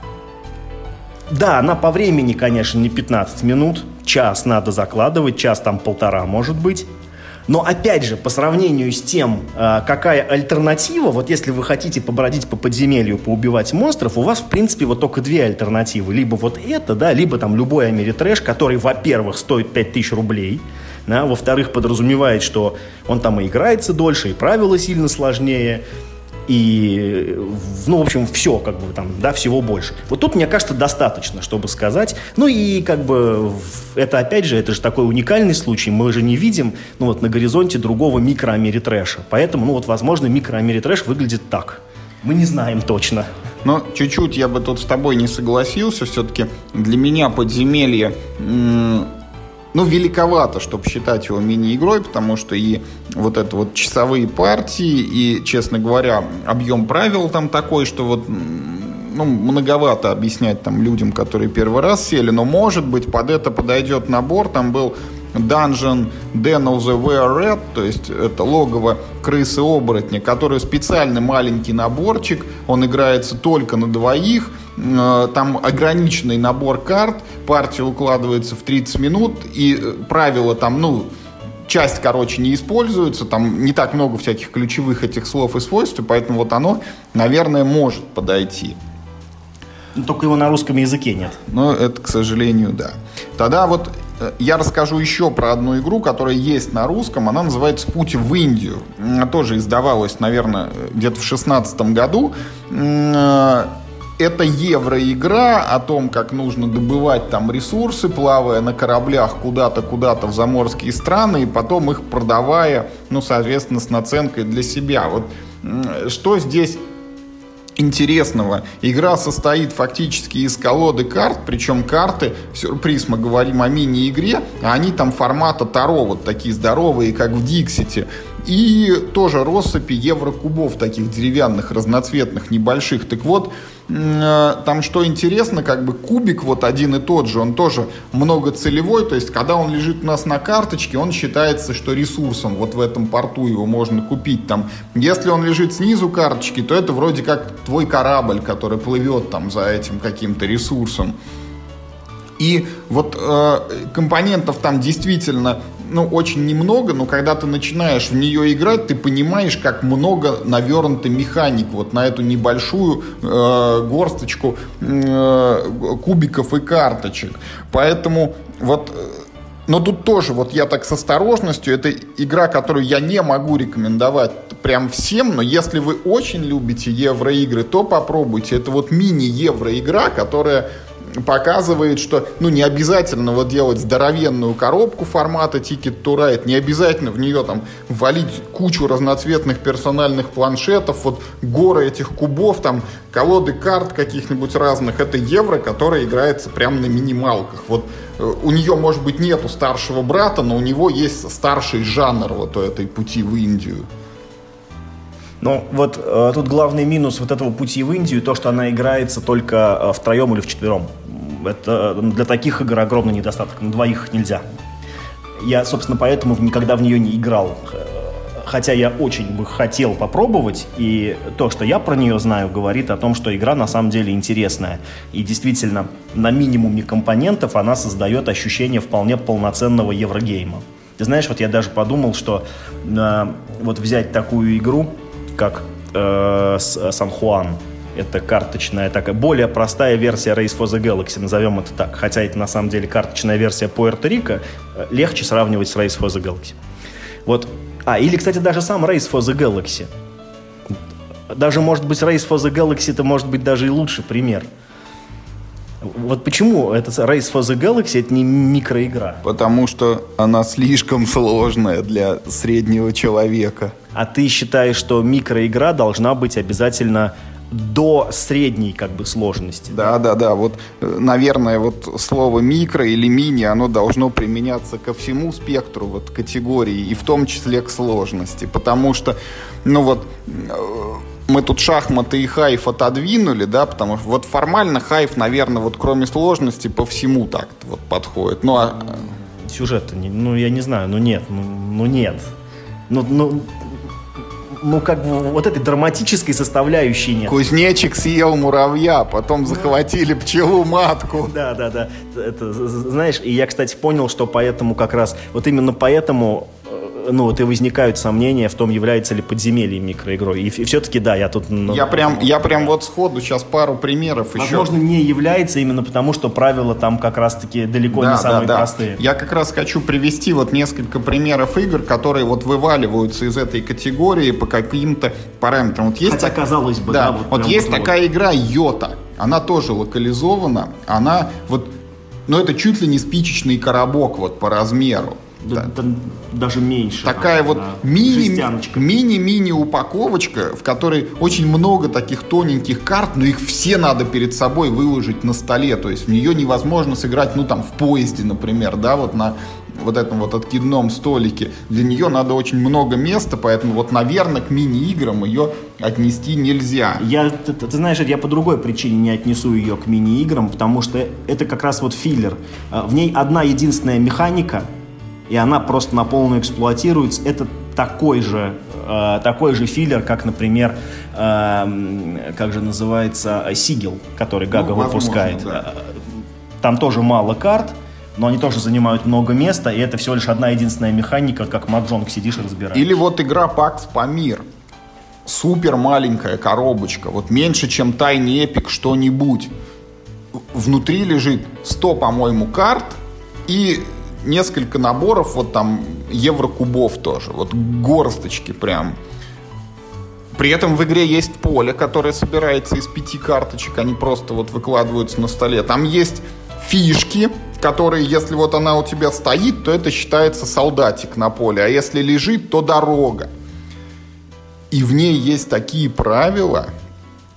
да, она по времени, конечно, не пятнадцать минут. Час надо закладывать, час там полтора, может быть. Но опять же, по сравнению с тем, какая альтернатива, вот если вы хотите побродить по подземелью, поубивать монстров, у вас, в принципе, вот только две альтернативы. Либо вот это, да, либо там любой америтрэш, который, во-первых, стоит пять тысяч рублей, да, во-вторых, подразумевает, что он там и играется дольше, и правила сильно сложнее, и, ну, в общем, все, как бы, там, да, всего больше. Вот тут, мне кажется, достаточно, чтобы сказать. Ну, и, как бы, это, опять же, это же такой уникальный случай. Мы же не видим, ну, вот, на горизонте другого микроамеритрэша. Поэтому, ну, вот, возможно, микроамеритрэш выглядит так. Мы не знаем точно. Но чуть-чуть я бы тут с тобой не согласился. Все-таки для меня подземелье... М- Ну, великовато, чтобы считать его мини-игрой, потому что и вот это вот часовые партии, и, честно говоря, объем правил там такой, что вот, ну, многовато объяснять там людям, которые первый раз сели, но, может быть, под это подойдет набор. Там был Dungeon Den of the Were Red, то есть это логово крысы-оборотня, который специальный маленький наборчик, он играется только на двоих, там ограниченный набор карт, партия укладывается в тридцать минут, и правила там, ну, часть, короче, не используется, там не так много всяких ключевых этих слов и свойств, поэтому вот оно, наверное, может подойти. Только его на русском языке нет. Ну, это, к сожалению, да. Тогда вот я расскажу еще про одну игру, которая есть на русском. Она называется «Путь в Индию». Она тоже издавалась, наверное, где-то в шестнадцатом году. Это евроигра о том, как нужно добывать там ресурсы, плавая на кораблях куда-то, куда-то в заморские страны, и потом их продавая, ну, соответственно, с наценкой для себя. Вот что здесь интересного? Игра состоит фактически из колоды карт, причем карты, сюрприз, мы говорим о мини-игре, а они там формата Таро, вот такие здоровые, как в Диксите. и тоже россыпи еврокубов, таких деревянных, разноцветных, небольших. Так вот, там что интересно, как бы кубик вот один и тот же, он тоже многоцелевой, то есть когда он лежит у нас на карточке, он считается, что ресурсом, вот в этом порту его можно купить. Там, если он лежит снизу карточки, то это вроде как твой корабль, который плывет там за этим каким-то ресурсом. И вот э, компонентов там действительно, ну, очень немного, но когда ты начинаешь в нее играть, ты понимаешь, как много навернуто механик вот на эту небольшую э, горсточку э, кубиков и карточек. Поэтому вот... Но тут тоже, вот я так с осторожностью, это игра, которую я не могу рекомендовать прям всем, но если вы очень любите евроигры, то попробуйте. Это вот мини-евроигра, которая показывает, что ну, не обязательно вот делать здоровенную коробку формата Ticket to Ride, не обязательно в нее там валить кучу разноцветных персональных планшетов, вот горы этих кубов, там колоды карт каких-нибудь разных. Это евро, которая играется прямо на минималках. Вот у нее, может быть, нету старшего брата, но у него есть старший жанр вот у этой пути в Индию. Ну, вот э, тут главный минус вот этого пути в Индию, то, что она играется только э, втроем или вчетвером. Это для таких игр огромный недостаток. На двоих нельзя. Я, собственно, поэтому никогда в нее не играл. Хотя я очень бы хотел попробовать, и то, что я про нее знаю, говорит о том, что игра на самом деле интересная. И действительно, на минимуме компонентов она создает ощущение вполне полноценного еврогейма. Ты знаешь, вот я даже подумал, что э, вот взять такую игру, как э, Сан-Хуан, это карточная, такая более простая версия Race for the Galaxy, назовем это так. Хотя это на самом деле карточная версия Пуэрто-Рико, легче сравнивать с Race for the Galaxy. Вот. А, или, кстати, даже сам Race for the Galaxy. Даже, может быть, Race for the Galaxy это может быть даже и лучший пример. Вот почему это Race for the Galaxy это не микроигра? Потому что она слишком сложная для среднего человека. А ты считаешь, что микроигра должна быть обязательно до средней как бы сложности? Да, да, да. Вот, наверное, вот слово микро или мини, оно должно применяться ко всему спектру вот категорий, и в том числе к сложности. Потому что, ну вот, мы тут шахматы и хайф отодвинули, да, потому что вот формально хайф, наверное, вот кроме сложности по всему так-то вот подходит. Ну, а... Сюжет-то, ну, я не знаю, ну нет, ну, ну нет. Ну, ну, ну, как бы вот этой драматической составляющей нет. Кузнечик съел муравья, потом захватили пчелу-матку. Да, да, да. Это, знаешь, и я, кстати, понял, что поэтому как раз, вот именно поэтому, ну, вот и возникают сомнения в том, является ли подземелье микроигрой. И, и все-таки, да, я тут... Ну, я прям, я прям вот сходу сейчас пару примеров еще. Возможно, не является именно потому, что правила там как раз-таки далеко да, не самые да, да. простые. Я как раз хочу привести вот несколько примеров игр, которые вот вываливаются из этой категории по каким-то параметрам. Вот есть Хотя, так... казалось бы, да. да. Вот, вот есть вот такая вот. Игра Йота. Она тоже локализована. Она вот... Ну, это чуть ли не спичечный коробок вот по размеру. Да, да. Даже меньше. Такая там, вот да, мини, мини-мини упаковочка, в которой очень много таких тоненьких карт, но их все надо перед собой выложить на столе. То есть в нее невозможно сыграть, ну там в поезде, например, да, вот на вот этом вот откидном столике. Для нее надо очень много места, поэтому вот, наверное, к мини-играм ее отнести нельзя. Я, ты, ты знаешь, я по другой причине не отнесу ее к мини-играм, потому что это как раз вот филлер. В ней одна единственная механика, и она просто на полную эксплуатируется. Это такой же, э, такой же филлер, как, например, э, как же называется, Сигил, который Гага ну, выпускает. Да. Там тоже мало карт, но они тоже занимают много места, и это всего лишь одна единственная механика, как маджонг сидишь и разбираешь. Или вот игра Pax Pamir. Супер маленькая коробочка, вот меньше, чем Tiny Epic что-нибудь. Внутри лежит сто, по-моему, карт и несколько наборов, вот там еврокубов тоже, вот горсточки прям. При этом в игре есть поле, которое собирается из пяти карточек, они просто вот выкладываются на столе. Там есть фишки, которые, если вот она у тебя стоит, то это считается солдатик на поле, а если лежит, то дорога. И в ней есть такие правила,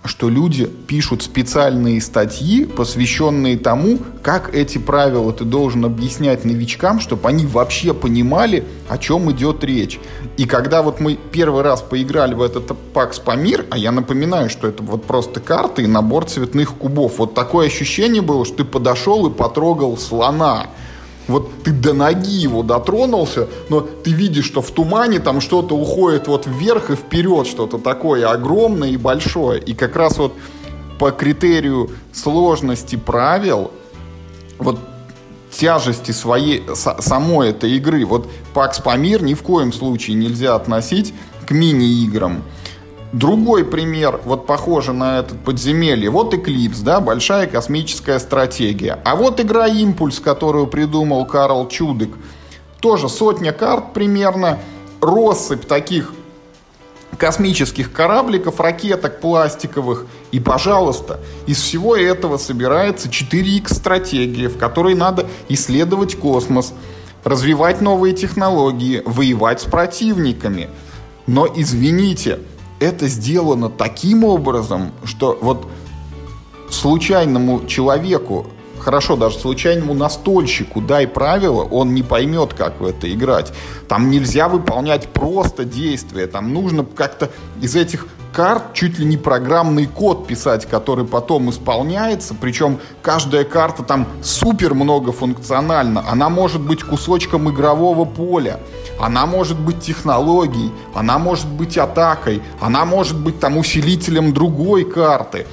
что люди пишут специальные статьи, посвященные тому, как эти правила ты должен объяснять новичкам, чтобы они вообще понимали, о чем идет речь. И когда вот мы первый раз поиграли в этот Pax Pamir, а я напоминаю, что это вот просто карты и набор цветных кубов, вот такое ощущение было, что ты подошел и потрогал слона. Вот ты до ноги его дотронулся, но ты видишь, что в тумане там что-то уходит вот вверх и вперед, что-то такое огромное и большое. И как раз вот по критерию сложности правил, вот тяжести своей, с, самой этой игры, вот Pax Pamir ни в коем случае нельзя относить к мини-играм. Другой пример, вот похоже на этот подземелье, вот Eclipse, да, большая космическая стратегия. А вот игра Импульс, которую придумал Карл Чудык, тоже сотня карт примерно, россыпь таких космических корабликов, ракеток пластиковых. И, пожалуйста, из всего этого собирается четыре икс стратегия, в которой надо исследовать космос, развивать новые технологии, воевать с противниками. Но, извините, это сделано таким образом, что вот случайному человеку, хорошо, даже случайному настольщику дай правила, он не поймет, как в это играть. Там нельзя выполнять просто действия, там нужно как-то из этих карт чуть ли не программный код писать, который потом исполняется, причем каждая карта там супер многофункциональна, она может быть кусочком игрового поля, она может быть технологией, она может быть атакой, она может быть там усилителем другой карты.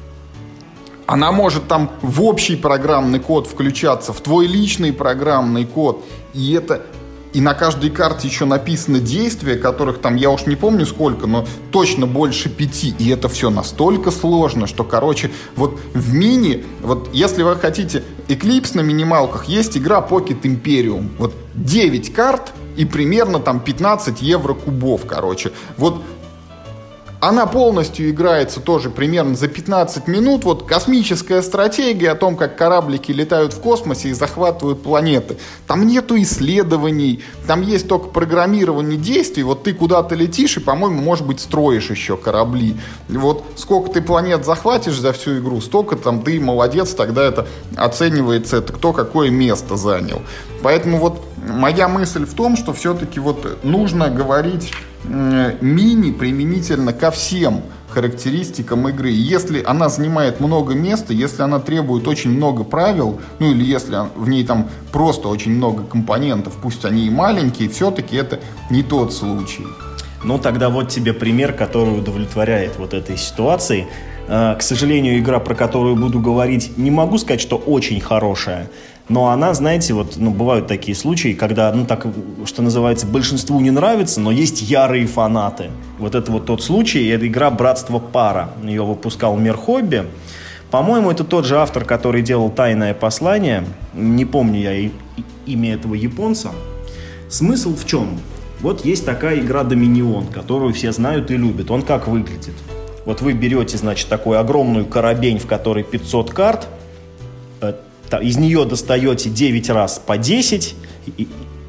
Она может там в общий программный код включаться, в твой личный программный код. И это и на каждой карте еще написано действия, которых там я уж не помню сколько, но точно больше пяти. И это все настолько сложно, что, короче, вот в мини, вот если вы хотите Eclipse на минималках, есть игра Pocket Imperium. Вот девять карт и примерно там пятнадцать евро кубов, короче. Вот она полностью играется тоже примерно за пятнадцать минут. Вот космическая стратегия о том, как кораблики летают в космосе и захватывают планеты. Там нету исследований, там есть только программирование действий. Вот ты куда-то летишь и, по-моему, может быть, строишь еще корабли. Вот сколько ты планет захватишь за всю игру, столько там ты молодец, тогда это оценивается, это кто какое место занял. Поэтому вот моя мысль в том, что все-таки вот нужно говорить мини применительно ко всем характеристикам игры. Если она занимает много места, если она требует очень много правил, ну или если в ней там просто очень много компонентов, пусть они и маленькие, все-таки это не тот случай. Ну тогда вот тебе пример, который удовлетворяет вот этой ситуации. К сожалению, игра, про которую буду говорить, не могу сказать, что очень хорошая. Но она, знаете, вот, ну, бывают такие случаи, когда, ну, так, что называется, большинству не нравится, но есть ярые фанаты. Вот это вот тот случай, это игра «Братство Пара». Ее выпускал Мир Хобби. По-моему, это тот же автор, который делал «Тайное послание». Не помню я и, и, имя этого японца. Смысл в чем? Вот есть такая игра «Доминион», которую все знают и любят. Он как выглядит? Вот вы берете, значит, такую огромную коробень, в которой пятьсот карт, из нее достаете девять раз по десять, и, и,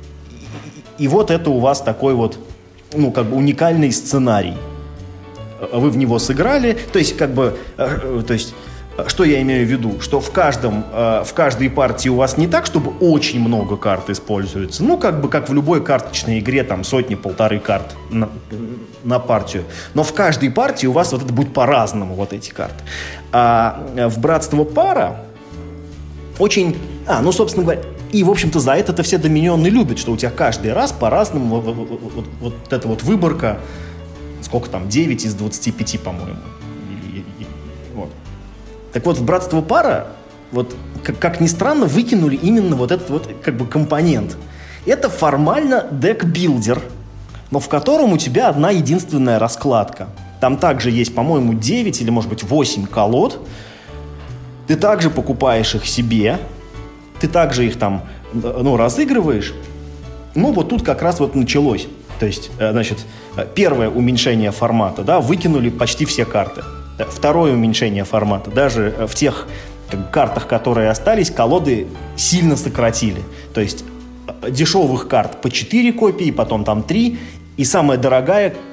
и вот это у вас такой вот, ну, как бы уникальный сценарий. Вы в него сыграли, то есть, как бы, то есть, что я имею в виду? Что в каждом, в каждой партии у вас не так, чтобы очень много карт используется, ну, как бы, как в любой карточной игре, там, сотни-полторы карт на, на партию, но в каждой партии у вас вот это будет по-разному, вот эти карты. А в «Братство Пара» очень... А, ну, собственно говоря, и, в общем-то, за это-то все доминионы любят, что у тебя каждый раз по-разному вот, вот, вот, вот эта вот выборка, сколько там, девять из двадцати пяти, по-моему. И, и, и, вот. Так вот, в «Братство Пара», вот, как, как ни странно, выкинули именно вот этот вот, как бы, компонент. Это формально дек-билдер, но в котором у тебя одна единственная раскладка. Там также есть, по-моему, девять или, может быть, восемь колод. Ты также покупаешь их себе, ты также их там, ну, разыгрываешь. Ну, вот тут как раз вот началось. То есть, значит, первое уменьшение формата, да, выкинули почти все карты. Второе уменьшение формата, даже в тех как, картах, которые остались, колоды сильно сократили. То есть, дешевых карт по четыре копии, потом там три, и самая дорогая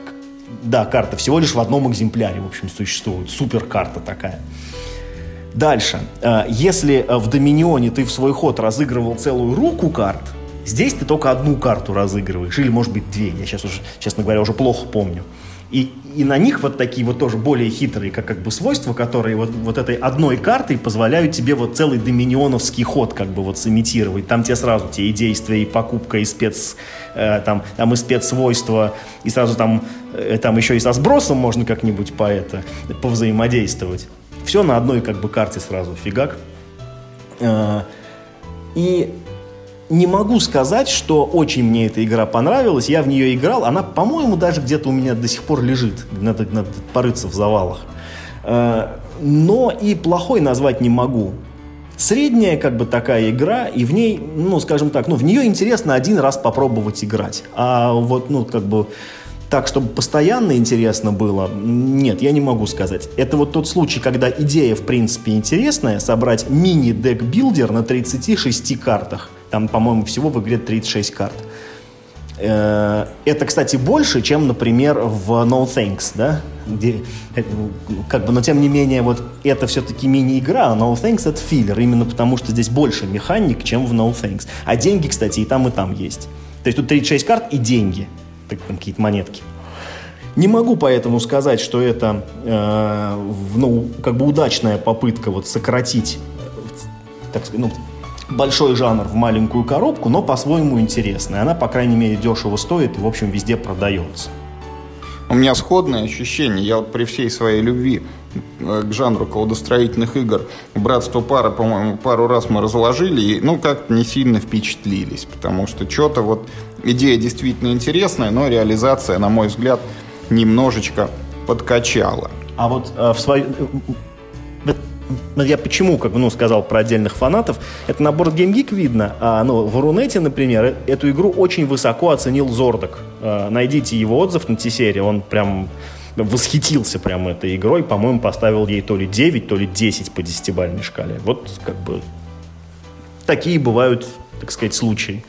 Да, карта всего лишь в одном экземпляре, в общем, существует. Суперкарта такая. Дальше. Если в Доминионе ты в свой ход разыгрывал целую руку карт, здесь ты только одну карту разыгрываешь, или, может быть, две. Я сейчас уже, честно говоря, уже плохо помню. И, и на них вот такие вот тоже более хитрые как, как бы свойства, которые вот, вот этой одной картой позволяют тебе вот целый доминионовский ход как бы вот сымитировать. Там тебе сразу те и действия, и покупка, и спец, э, там, там и спецсвойства, и сразу там, э, там еще и со сбросом можно как-нибудь по это, повзаимодействовать. Все на одной как бы карте сразу, фигак. Э, и... Не могу сказать, что очень мне эта игра понравилась. Я в нее играл. Она, по-моему, даже где-то у меня до сих пор лежит. Надо, надо порыться в завалах. Но и плохой назвать не могу. Средняя, как бы, такая игра, и в ней, ну, скажем так, ну, в нее интересно один раз попробовать играть. А вот, ну, как бы, так, чтобы постоянно интересно было, нет, я не могу сказать. Это вот тот случай, когда идея, в принципе, интересная, собрать мини-дек-билдер на тридцати шести картах. Там, по-моему, всего в игре тридцать шесть карт. Это, кстати, больше, чем, например, в No Thanks, да? Где, как бы, но, тем не менее, вот это все-таки мини-игра, а No Thanks — это филлер, именно потому что здесь больше механик, чем в No Thanks. А деньги, кстати, и там, и там есть. То есть тут тридцать шесть карт и деньги, так, там какие-то монетки. Не могу поэтому сказать, что это э, ну, как бы удачная попытка вот сократить, так сказать, ну, большой жанр в маленькую коробку, но по-своему интересная. Она, по крайней мере, дешево стоит и, в общем, везде продается. У меня сходное ощущение. Я вот при всей своей любви к жанру колодостроительных игр «Братство пары», по-моему, пару раз мы разложили, и, ну, как-то не сильно впечатлились, потому что что-то вот идея действительно интересная, но реализация, на мой взгляд, немножечко подкачала. А вот э, в свою... Я почему, как бы, ну, сказал про отдельных фанатов, это на Board Game Geek видно, а, ну, в Рунете, например, эту игру очень высоко оценил Зордок. А, найдите его отзыв на T-серии, он прям восхитился прям этой игрой, по-моему, поставил ей то ли девять, то ли десять по десятибалльной шкале. Вот, как бы, такие бывают, так сказать, случаи.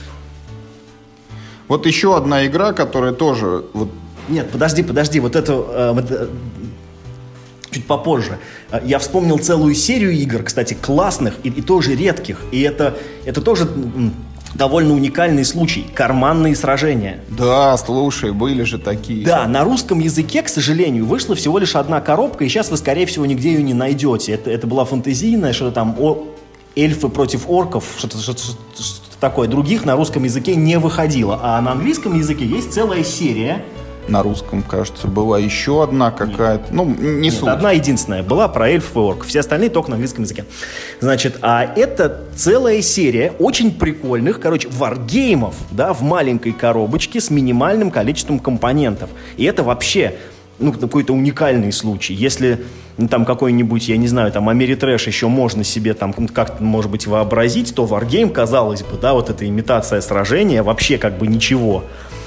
Вот еще одна игра, которая тоже... Вот... Нет, подожди, подожди, вот эту... Э, вот, чуть попозже. Я вспомнил целую серию игр, кстати, классных и, и тоже редких. И это, это тоже довольно уникальный случай. Карманные сражения. Да, слушай, были же такие. Да, на русском языке, к сожалению, вышла всего лишь одна коробка, и сейчас вы, скорее всего, нигде ее не найдете. Это, это была фэнтезийная, что-то там, о, эльфы против орков, что-то, что-то, что-то такое. Других на русском языке не выходило. А на английском языке есть целая серия. На русском, кажется, была еще одна какая-то. Ну, не суть. Одна единственная была про эльфов и орков. Все остальные только на английском языке. Значит, а это целая серия очень прикольных, короче, варгеймов, да, в маленькой коробочке с минимальным количеством компонентов. И это вообще, ну, какой-то уникальный случай. Если, ну, там какой-нибудь, я не знаю, там Америтрэш еще можно себе там как-то, может быть, вообразить, то варгейм, казалось бы, да, вот эта имитация сражения, вообще как бы ничего.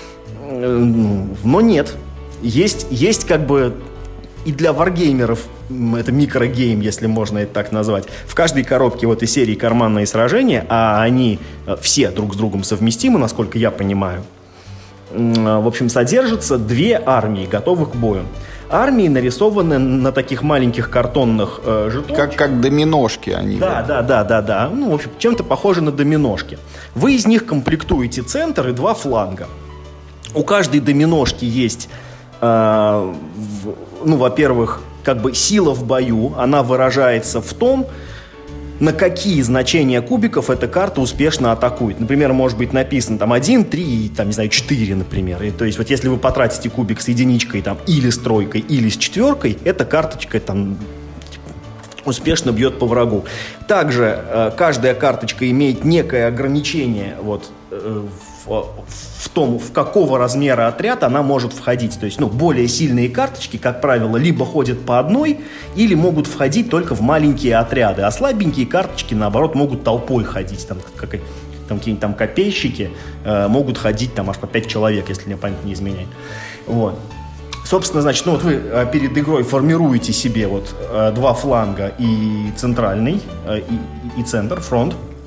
Но нет. Есть, есть как бы и для варгеймеров, это микрогейм, если можно это так назвать. В каждой коробке вот из серии «Карманные сражения», а они все друг с другом совместимы, насколько я понимаю, в общем, содержатся две армии, готовых к бою. Армии нарисованы на таких маленьких картонных э, жетончиках. Как, как доминошки они. Да, да, да, да, да. Ну, в общем, чем-то похожи на доминошки. Вы из них комплектуете центр и два фланга. У каждой доминошки есть, э, в, ну, во-первых, как бы сила в бою. Она выражается в том, на какие значения кубиков эта карта успешно атакует. Например, может быть написано там один, три, там, не знаю, четыре, например. И, то есть вот если вы потратите кубик с единичкой там, или с тройкой, или с четверкой, эта карточка там успешно бьет по врагу. Также э, каждая карточка имеет некое ограничение вот, э, в, в том, в какого размера отряд она может входить. То есть, ну, более сильные карточки, как правило, либо ходят по одной, или могут входить только в маленькие отряды. А слабенькие карточки, наоборот, могут толпой ходить. Там, как, там какие-нибудь там копейщики э, могут ходить там аж по пять человек, если мне память не изменяет. Вот. Собственно, значит, ну вот вы перед игрой формируете себе вот два фланга и центральный, и, и центр, фронт.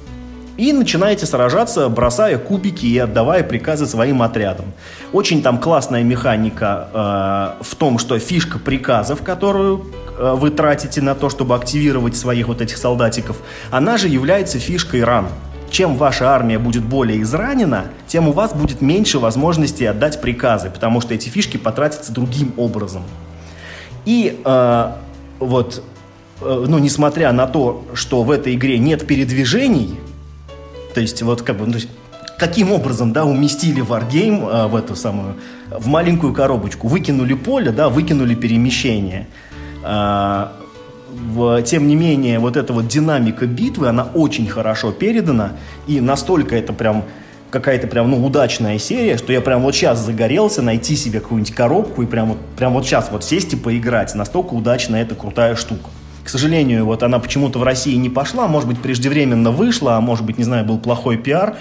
И начинаете сражаться, бросая кубики и отдавая приказы своим отрядам. Очень там классная механика э, в том, что фишка приказов, которую э, вы тратите на то, чтобы активировать своих вот этих солдатиков, она же является фишкой ран. Чем ваша армия будет более изранена, тем у вас будет меньше возможностей отдать приказы, потому что эти фишки потратятся другим образом. И э, вот, э, ну, несмотря на то, что в этой игре нет передвижений, то есть вот как бы, ну, каким образом, да, уместили Wargame э, в эту самую, в маленькую коробочку, выкинули поле, да, выкинули перемещение. Э, в, тем не менее, вот эта вот динамика битвы, она очень хорошо передана, и настолько это прям какая-то прям, ну, удачная серия, что я прям вот сейчас загорелся найти себе какую-нибудь коробку и прям вот, прям вот сейчас вот сесть и поиграть. Настолько удачно эта крутая штука. К сожалению, вот она почему-то в России не пошла, может быть, преждевременно вышла, а может быть, не знаю, был плохой пиар.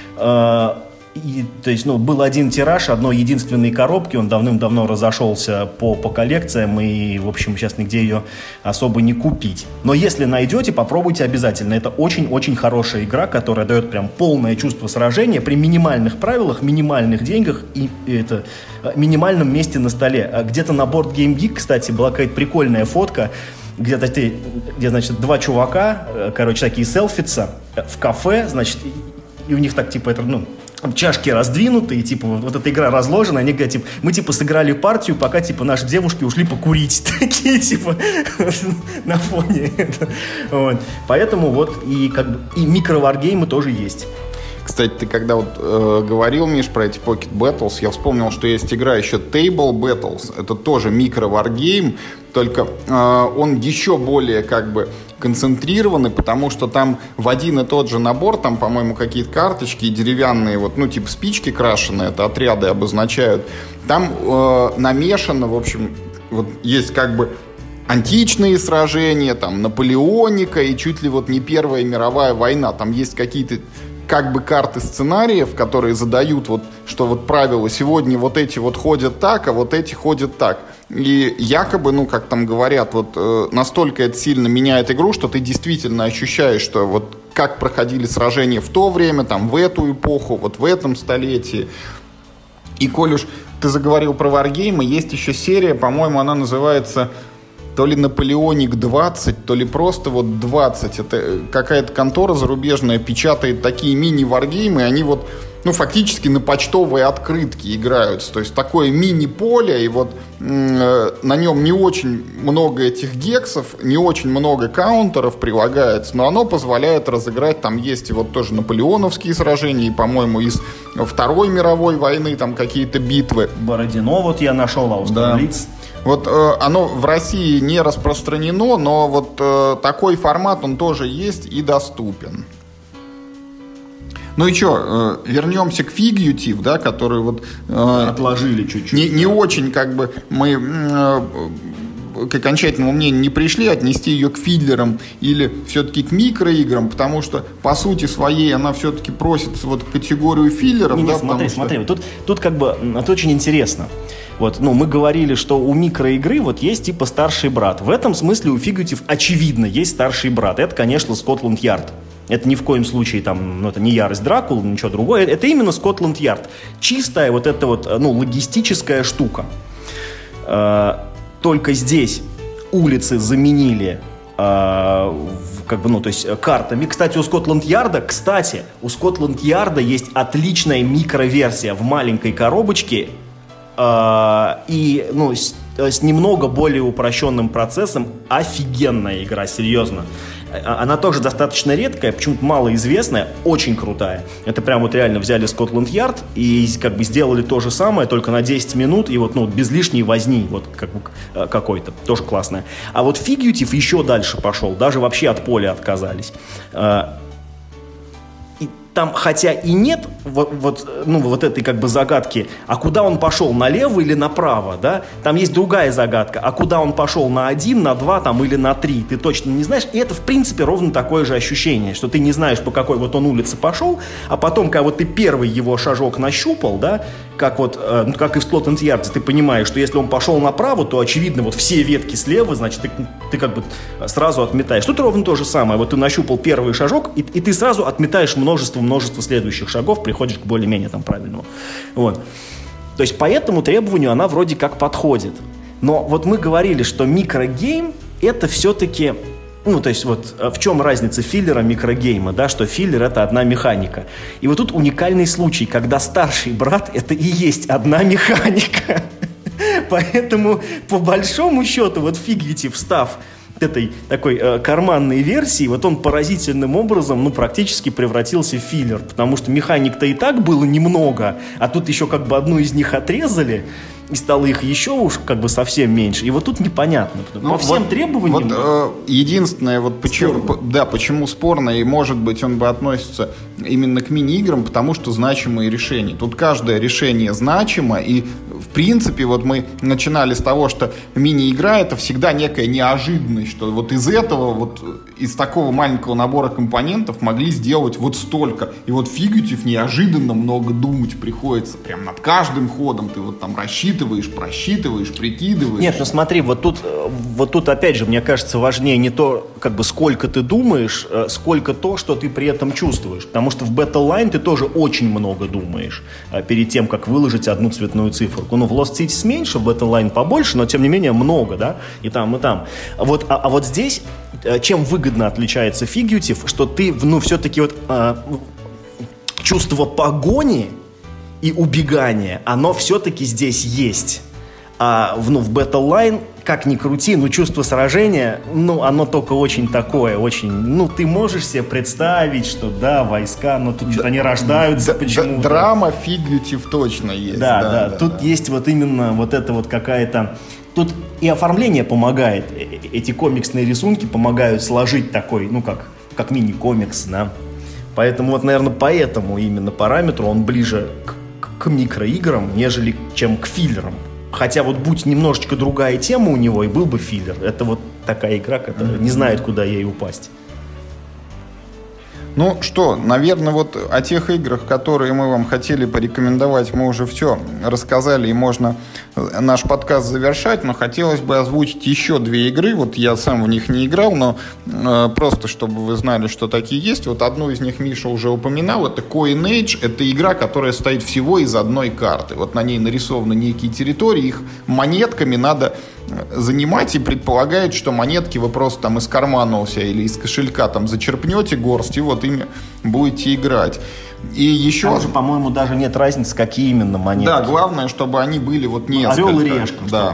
И, то есть, ну, был один тираж одной единственной коробки, он давным-давно разошелся по, по коллекциям, и, в общем, сейчас нигде ее особо не купить. Но если найдете, попробуйте обязательно. Это очень-очень хорошая игра, которая дает прям полное чувство сражения при минимальных правилах, минимальных деньгах и, и это, минимальном месте на столе. Где-то на Board Game Geek, кстати, была какая-то прикольная фотка, где-то ты, где, значит, два чувака, короче, такие селфятся в кафе, значит, и, и у них так, типа, это, ну, чашки раздвинуты, и, типа, вот, вот эта игра разложена, они говорят, типа, мы, типа, сыграли партию, пока, типа, наши девушки ушли покурить. Такие, типа, на фоне. Вот. Поэтому вот и, как бы, и микро-варгеймы тоже есть. Кстати, ты когда вот э, говорил, Миш, про эти Pocket Battles, я вспомнил, что есть игра еще Table Battles. Это тоже микро-варгейм, только э, он еще более как бы концентрированный, потому что там в один и тот же набор, там, по-моему, какие-то карточки и деревянные, вот, ну, типа спички крашеные, это отряды обозначают. Там э, намешано, в общем, вот есть как бы античные сражения, там, Наполеоника и чуть ли вот не Первая мировая война. Там есть какие-то как бы карты сценариев, которые задают вот, что вот правила сегодня вот эти вот ходят так, а вот эти ходят так. И якобы, ну, как там говорят, вот э, настолько это сильно меняет игру, что ты действительно ощущаешь, что вот как проходили сражения в то время, там, в эту эпоху, вот в этом столетии. И, коль уж ты заговорил про варгеймы, есть еще серия, по-моему, она называется то ли Наполеоник двадцать, то ли просто вот двадцать. Это какая-то контора зарубежная печатает такие мини-варгеймы, и они вот, ну, фактически на почтовые открытки играются. То есть такое мини-поле, и вот э, на нем не очень много этих гексов, не очень много каунтеров прилагается, но оно позволяет разыграть, там есть и вот тоже наполеоновские сражения, и, по-моему, из Второй мировой войны там какие-то битвы. Бородино вот я нашел, Аустерлиц. Да. Вот э, оно в России не распространено, но вот э, такой формат, он тоже есть и доступен. Ну и что, э, вернемся к Figurative, да, который вот... Э, Отложили чуть-чуть. Не, не очень, как бы, мы э, к окончательному мнению не пришли, отнести ее к фидлерам или все-таки к микроиграм, потому что, по сути своей, она все-таки просится вот в категорию филлеров. Не, не, да, смотри, что... смотри, тут, тут как бы, это очень интересно. Вот, ну, мы говорили, что у микроигры вот есть типа старший брат. В этом смысле у Figurative очевидно есть старший брат. Это, конечно, Scotland Yard. Это ни в коем случае там, ну, это не Ярость Дракулы, ничего другого. Это именно Scotland Yard. Чистая вот эта вот, ну, логистическая штука. Только здесь улицы заменили как бы, ну, то есть картами. Кстати, у Scotland Yard, кстати, у Scotland Yard есть отличная микроверсия в маленькой коробочке. И, ну, с, с немного более упрощенным процессом. Офигенная игра, серьезно. Она тоже достаточно редкая, почему-то малоизвестная, очень крутая. Это прям вот реально взяли Scotland Yard и как бы сделали то же самое, только на десять минут и вот, ну, без лишней возни, вот как бы какой-то, тоже классная. А вот Figurative еще дальше пошел, даже вообще от поля отказались. Там, хотя и нет вот, вот, ну, вот этой как бы загадки, а куда он пошел, налево или направо, да? Там есть другая загадка, а куда он пошел, на один, на два там, или на три, ты точно не знаешь. И это, в принципе, ровно такое же ощущение, что ты не знаешь, по какой вот он улице пошел, а потом, когда вот ты первый его шажок нащупал, да, как вот, ну, как и в Scotland Yard, ты понимаешь, что если он пошел направо, то, очевидно, вот все ветки слева, значит, ты, ты как бы сразу отметаешь. Тут ровно то же самое. Вот ты нащупал первый шажок, и, и ты сразу отметаешь множество-множество следующих шагов, приходишь к более-менее там правильному. Вот. То есть по этому требованию она вроде как подходит. Но вот мы говорили, что микрогейм — это все-таки... Ну, то есть вот в чем разница филлера и микрогейма, да, что филлер — это одна механика. И вот тут уникальный случай, когда старший брат — это и есть одна механика. Поэтому, по большому счету, вот Figurative, став этой такой э, карманной версии, вот он поразительным образом, ну, практически превратился в филлер, потому что механик-то и так было немного, а тут еще как бы одну из них отрезали, и стало их еще уж как бы совсем меньше. И вот тут непонятно. Ну, по всем вот, требованиям... Вот, э, единственное, вот почему, по, да, почему спорно, и может быть он бы относится именно к мини-играм, потому что значимые решения. Тут каждое решение значимо, и в принципе вот мы начинали с того, что мини-игра — это всегда некая неожиданность, что вот из этого, вот из такого маленького набора компонентов могли сделать вот столько. И вот Figurative неожиданно много думать приходится. Прям над каждым ходом ты вот там рассчитываешь, просчитываешь, прикидываешь. Нет, ну смотри, вот тут, вот тут опять же, мне кажется, важнее не то, как бы сколько ты думаешь, сколько то, что ты при этом чувствуешь. Потому что в Battle Line ты тоже очень много думаешь перед тем, как выложить одну цветную циферку. Ну, в Lost Cities меньше, в Battle Line побольше, но тем не менее много, да, и там, и там. Вот, а, а вот здесь чем выгодно отличается Figurative, что ты, ну, все-таки вот а, чувство погони и убегания, оно все-таки здесь есть. А ну, в Battle Line, как ни крути, ну, чувство сражения, ну, оно только очень такое, очень, ну, ты можешь себе представить, что, да, войска, но тут что-то они рождаются да, почему-то. Да, драма Figurative точно есть. Да, да, да, да тут да. есть вот именно вот это вот какая-то... Тут и оформление помогает, эти комиксные рисунки помогают сложить такой, ну, как, как мини-комикс, да. Поэтому вот, наверное, по этому именно параметру он ближе к, к микроиграм, нежели чем к филлерам. Хотя вот будь немножечко другая тема у него, и был бы филлер. Это вот такая игра, которая не знает, куда ей упасть. Ну что, наверное, вот о тех играх, которые мы вам хотели порекомендовать, мы уже все рассказали, и можно наш подкаст завершать, но хотелось бы озвучить еще две игры. Вот я сам в них не играл, но э, просто чтобы вы знали, что такие есть. Вот одну из них Миша уже упоминал, это Coin Age. Это игра, которая состоит всего из одной карты. Вот на ней нарисованы некие территории, их монетками надо занимать, и предполагает, что монетки вы просто там из кармана у себя или из кошелька там зачерпнете горсть, и вот ими будете играть. И еще... Там же, по-моему, даже нет разницы, какие именно монетки. Да, главное, чтобы они были вот несколько. Орел и решка. Да.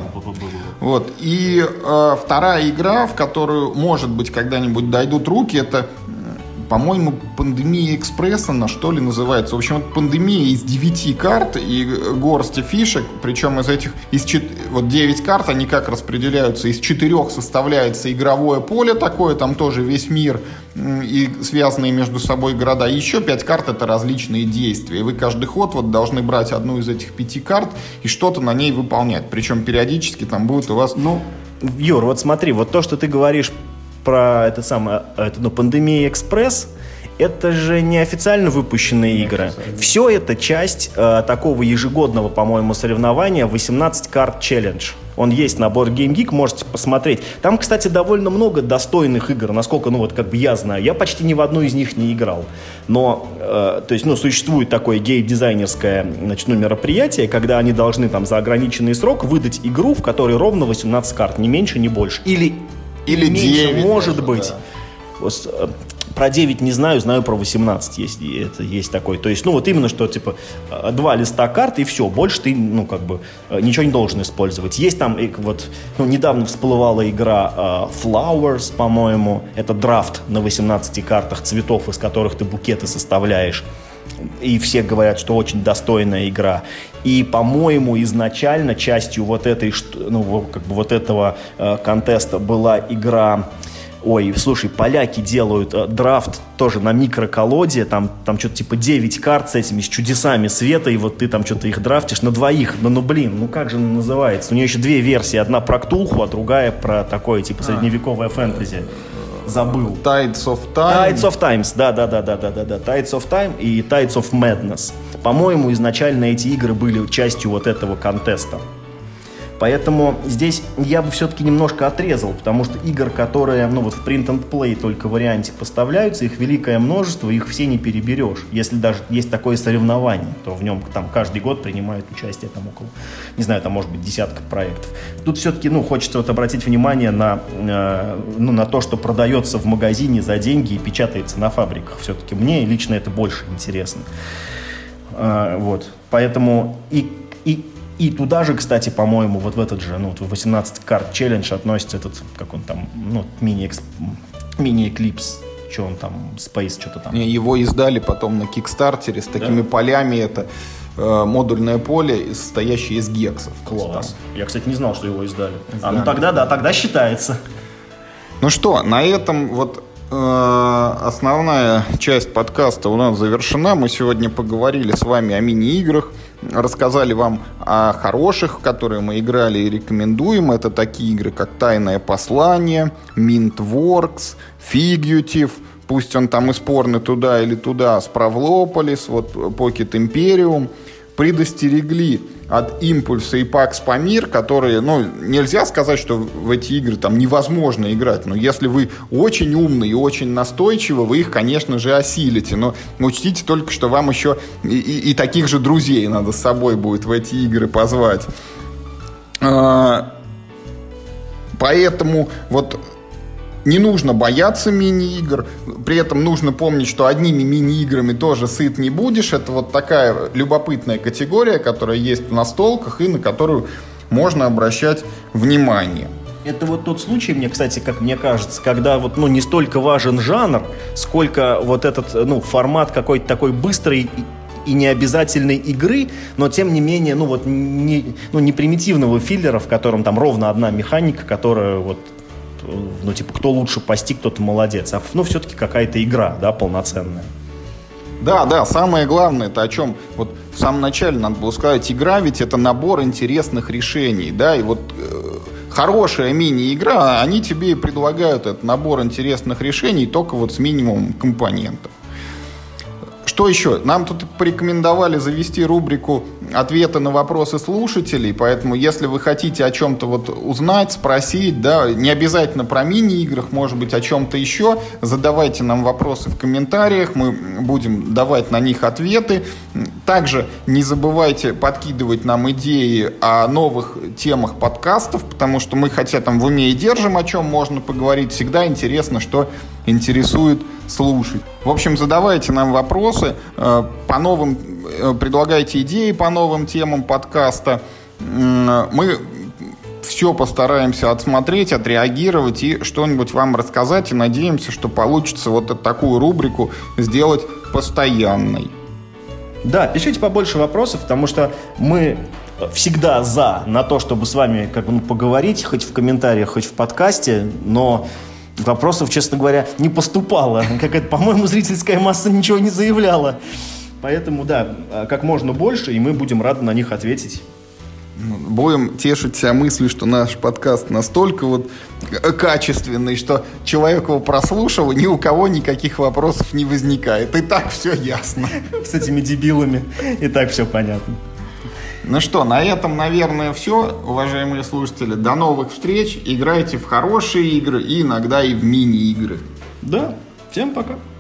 Вот. И э, вторая игра, в которую, может быть, когда-нибудь дойдут руки, это, по-моему, Пандемия Экспресс, она что ли называется. В общем, вот Пандемия из девяти карт и горсти фишек, причем из этих, из чет... вот девять карт, они как распределяются, из четырех составляется игровое поле такое, там тоже весь мир и связанные между собой города. И еще пять карт — это различные действия. И вы каждый ход вот должны брать одну из этих пяти карт и что-то на ней выполнять. Причем периодически там будет у вас... Ну, Юр, вот смотри, вот то, что ты говоришь про это самое, это, ну, Пандемия Экспресс, это же не официально выпущенные игры. Все это часть э, такого ежегодного, по-моему, соревнования восемнадцать карт челлендж. Он есть на Board Game Geek, можете посмотреть. Там, кстати, довольно много достойных игр, насколько, ну вот, как бы я знаю. Я почти ни в одну из них не играл. Но, э, то есть, ну, существует такое гейм-дизайнерское, значит, ну, мероприятие, когда они должны там за ограниченный срок выдать игру, в которой ровно восемнадцать карт, ни меньше, ни больше. Или, Или меньше, девять, может даже, быть. Да. Вот, про девять не знаю, знаю про восемнадцать есть, это есть такой. То есть, ну вот именно, что типа два листа карт и все, больше ты, ну как бы, ничего не должен использовать. Есть там, вот, ну недавно всплывала игра uh, Flowers, по-моему, это драфт на восемнадцати картах цветов, из которых ты букеты составляешь. И все говорят, что очень достойная игра. И, по-моему, изначально частью вот этой, ну, как бы вот этого э, контеста была игра... Ой, слушай, поляки делают э, драфт тоже на микроколоде, там, там что-то типа девять карт с этими, с чудесами света, и вот ты там что-то их драфтишь на двоих. Ну, ну блин, ну как же она называется? У нее еще две версии, одна про Ктулху, а другая про такое, типа, средневековое фэнтези. Забыл. Tides of Time. Tides of Times, да-да-да-да-да-да. Tides of Time и Tides of Madness. По-моему, изначально эти игры были частью вот этого контеста. Поэтому здесь я бы все-таки немножко отрезал, потому что игр, которые, ну вот в Print and Play только в варианте поставляются, их великое множество, их все не переберешь. Если даже есть такое соревнование, то в нем там каждый год принимает участие там около, не знаю, там может быть десятка проектов. Тут все-таки, ну, хочется вот обратить внимание на, э, ну, на то, что продается в магазине за деньги и печатается на фабриках. Все-таки мне лично это больше интересно. Э, вот, поэтому и, и И туда же, кстати, по-моему, вот в этот же, ну, вот в восемнадцать карт челлендж относится этот, как он там, ну, мини-эклипс, что он там, Space, что-то там. Его издали потом на Кикстартере с такими да? полями, это э, модульное поле, состоящее из гексов. Класс. Я, кстати, не знал, что его издали. издали. А, ну тогда, да, тогда считается. Ну что, на этом вот основная часть подкаста у нас завершена. Мы сегодня поговорили с вами о мини-играх, рассказали вам о хороших, в которые мы играли и рекомендуем. Это такие игры, как «Тайное послание», «Mintworks», «Figutive», пусть он там и спорный туда или туда, «Справлополис», вот «Pocket Imperium». Предостерегли от «Импульса» и «Пакс Памир», которые, ну, нельзя сказать, что в эти игры там невозможно играть, но если вы очень умный и очень настойчивы, вы их, конечно же, осилите, но учтите только, что вам еще и, и, и таких же друзей надо с собой будет в эти игры позвать. Поэтому вот не нужно бояться мини-игр, при этом нужно помнить, что одними мини-играми тоже сыт не будешь. Это вот такая любопытная категория, которая есть в настолках и на которую можно обращать внимание. Это вот тот случай, мне, кстати, как мне кажется, когда вот, ну, не столько важен жанр, сколько вот этот, ну, формат какой-то такой быстрый и необязательной игры, но тем не менее, ну, вот не, ну, не примитивного филлера, в котором там ровно одна механика, которая вот, ну, типа, кто лучше постиг, тот молодец. А, ну, все-таки какая-то игра, да, полноценная. Да, да, самое главное, это о чем вот в самом начале надо было сказать. Игра ведь это набор интересных решений, да, и вот э, хорошая мини-игра, они тебе и предлагают этот набор интересных решений, только вот с минимумом компонентов. Что еще? Нам тут порекомендовали завести рубрику «Ответы на вопросы слушателей», поэтому если вы хотите о чем-то вот узнать, спросить, да, не обязательно про мини-играх, может быть, о чем-то еще, задавайте нам вопросы в комментариях, мы будем давать на них ответы. Также не забывайте подкидывать нам идеи о новых темах подкастов, потому что мы хотя там в уме и держим, о чем можно поговорить, всегда интересно, что интересует слушать. В общем, задавайте нам вопросы, по новым, предлагайте идеи по новым темам подкаста. Мы все постараемся отсмотреть, отреагировать и что-нибудь вам рассказать. И надеемся, что получится вот такую рубрику сделать постоянной. Да, пишите побольше вопросов, потому что мы всегда за на то, чтобы с вами как бы, ну, поговорить, хоть в комментариях, хоть в подкасте, но вопросов, честно говоря, не поступало. Какая-то, по-моему, зрительская масса ничего не заявляла. Поэтому, да, как можно больше, и мы будем рады на них ответить. Будем тешить себя мыслью, что наш подкаст настолько вот качественный, что человек его прослушал, и ни у кого никаких вопросов не возникает. И так все ясно. С этими дебилами и так все понятно. Ну что, на этом, наверное, все, уважаемые слушатели. До новых встреч. Играйте в хорошие игры и иногда и в мини-игры. Да, всем пока.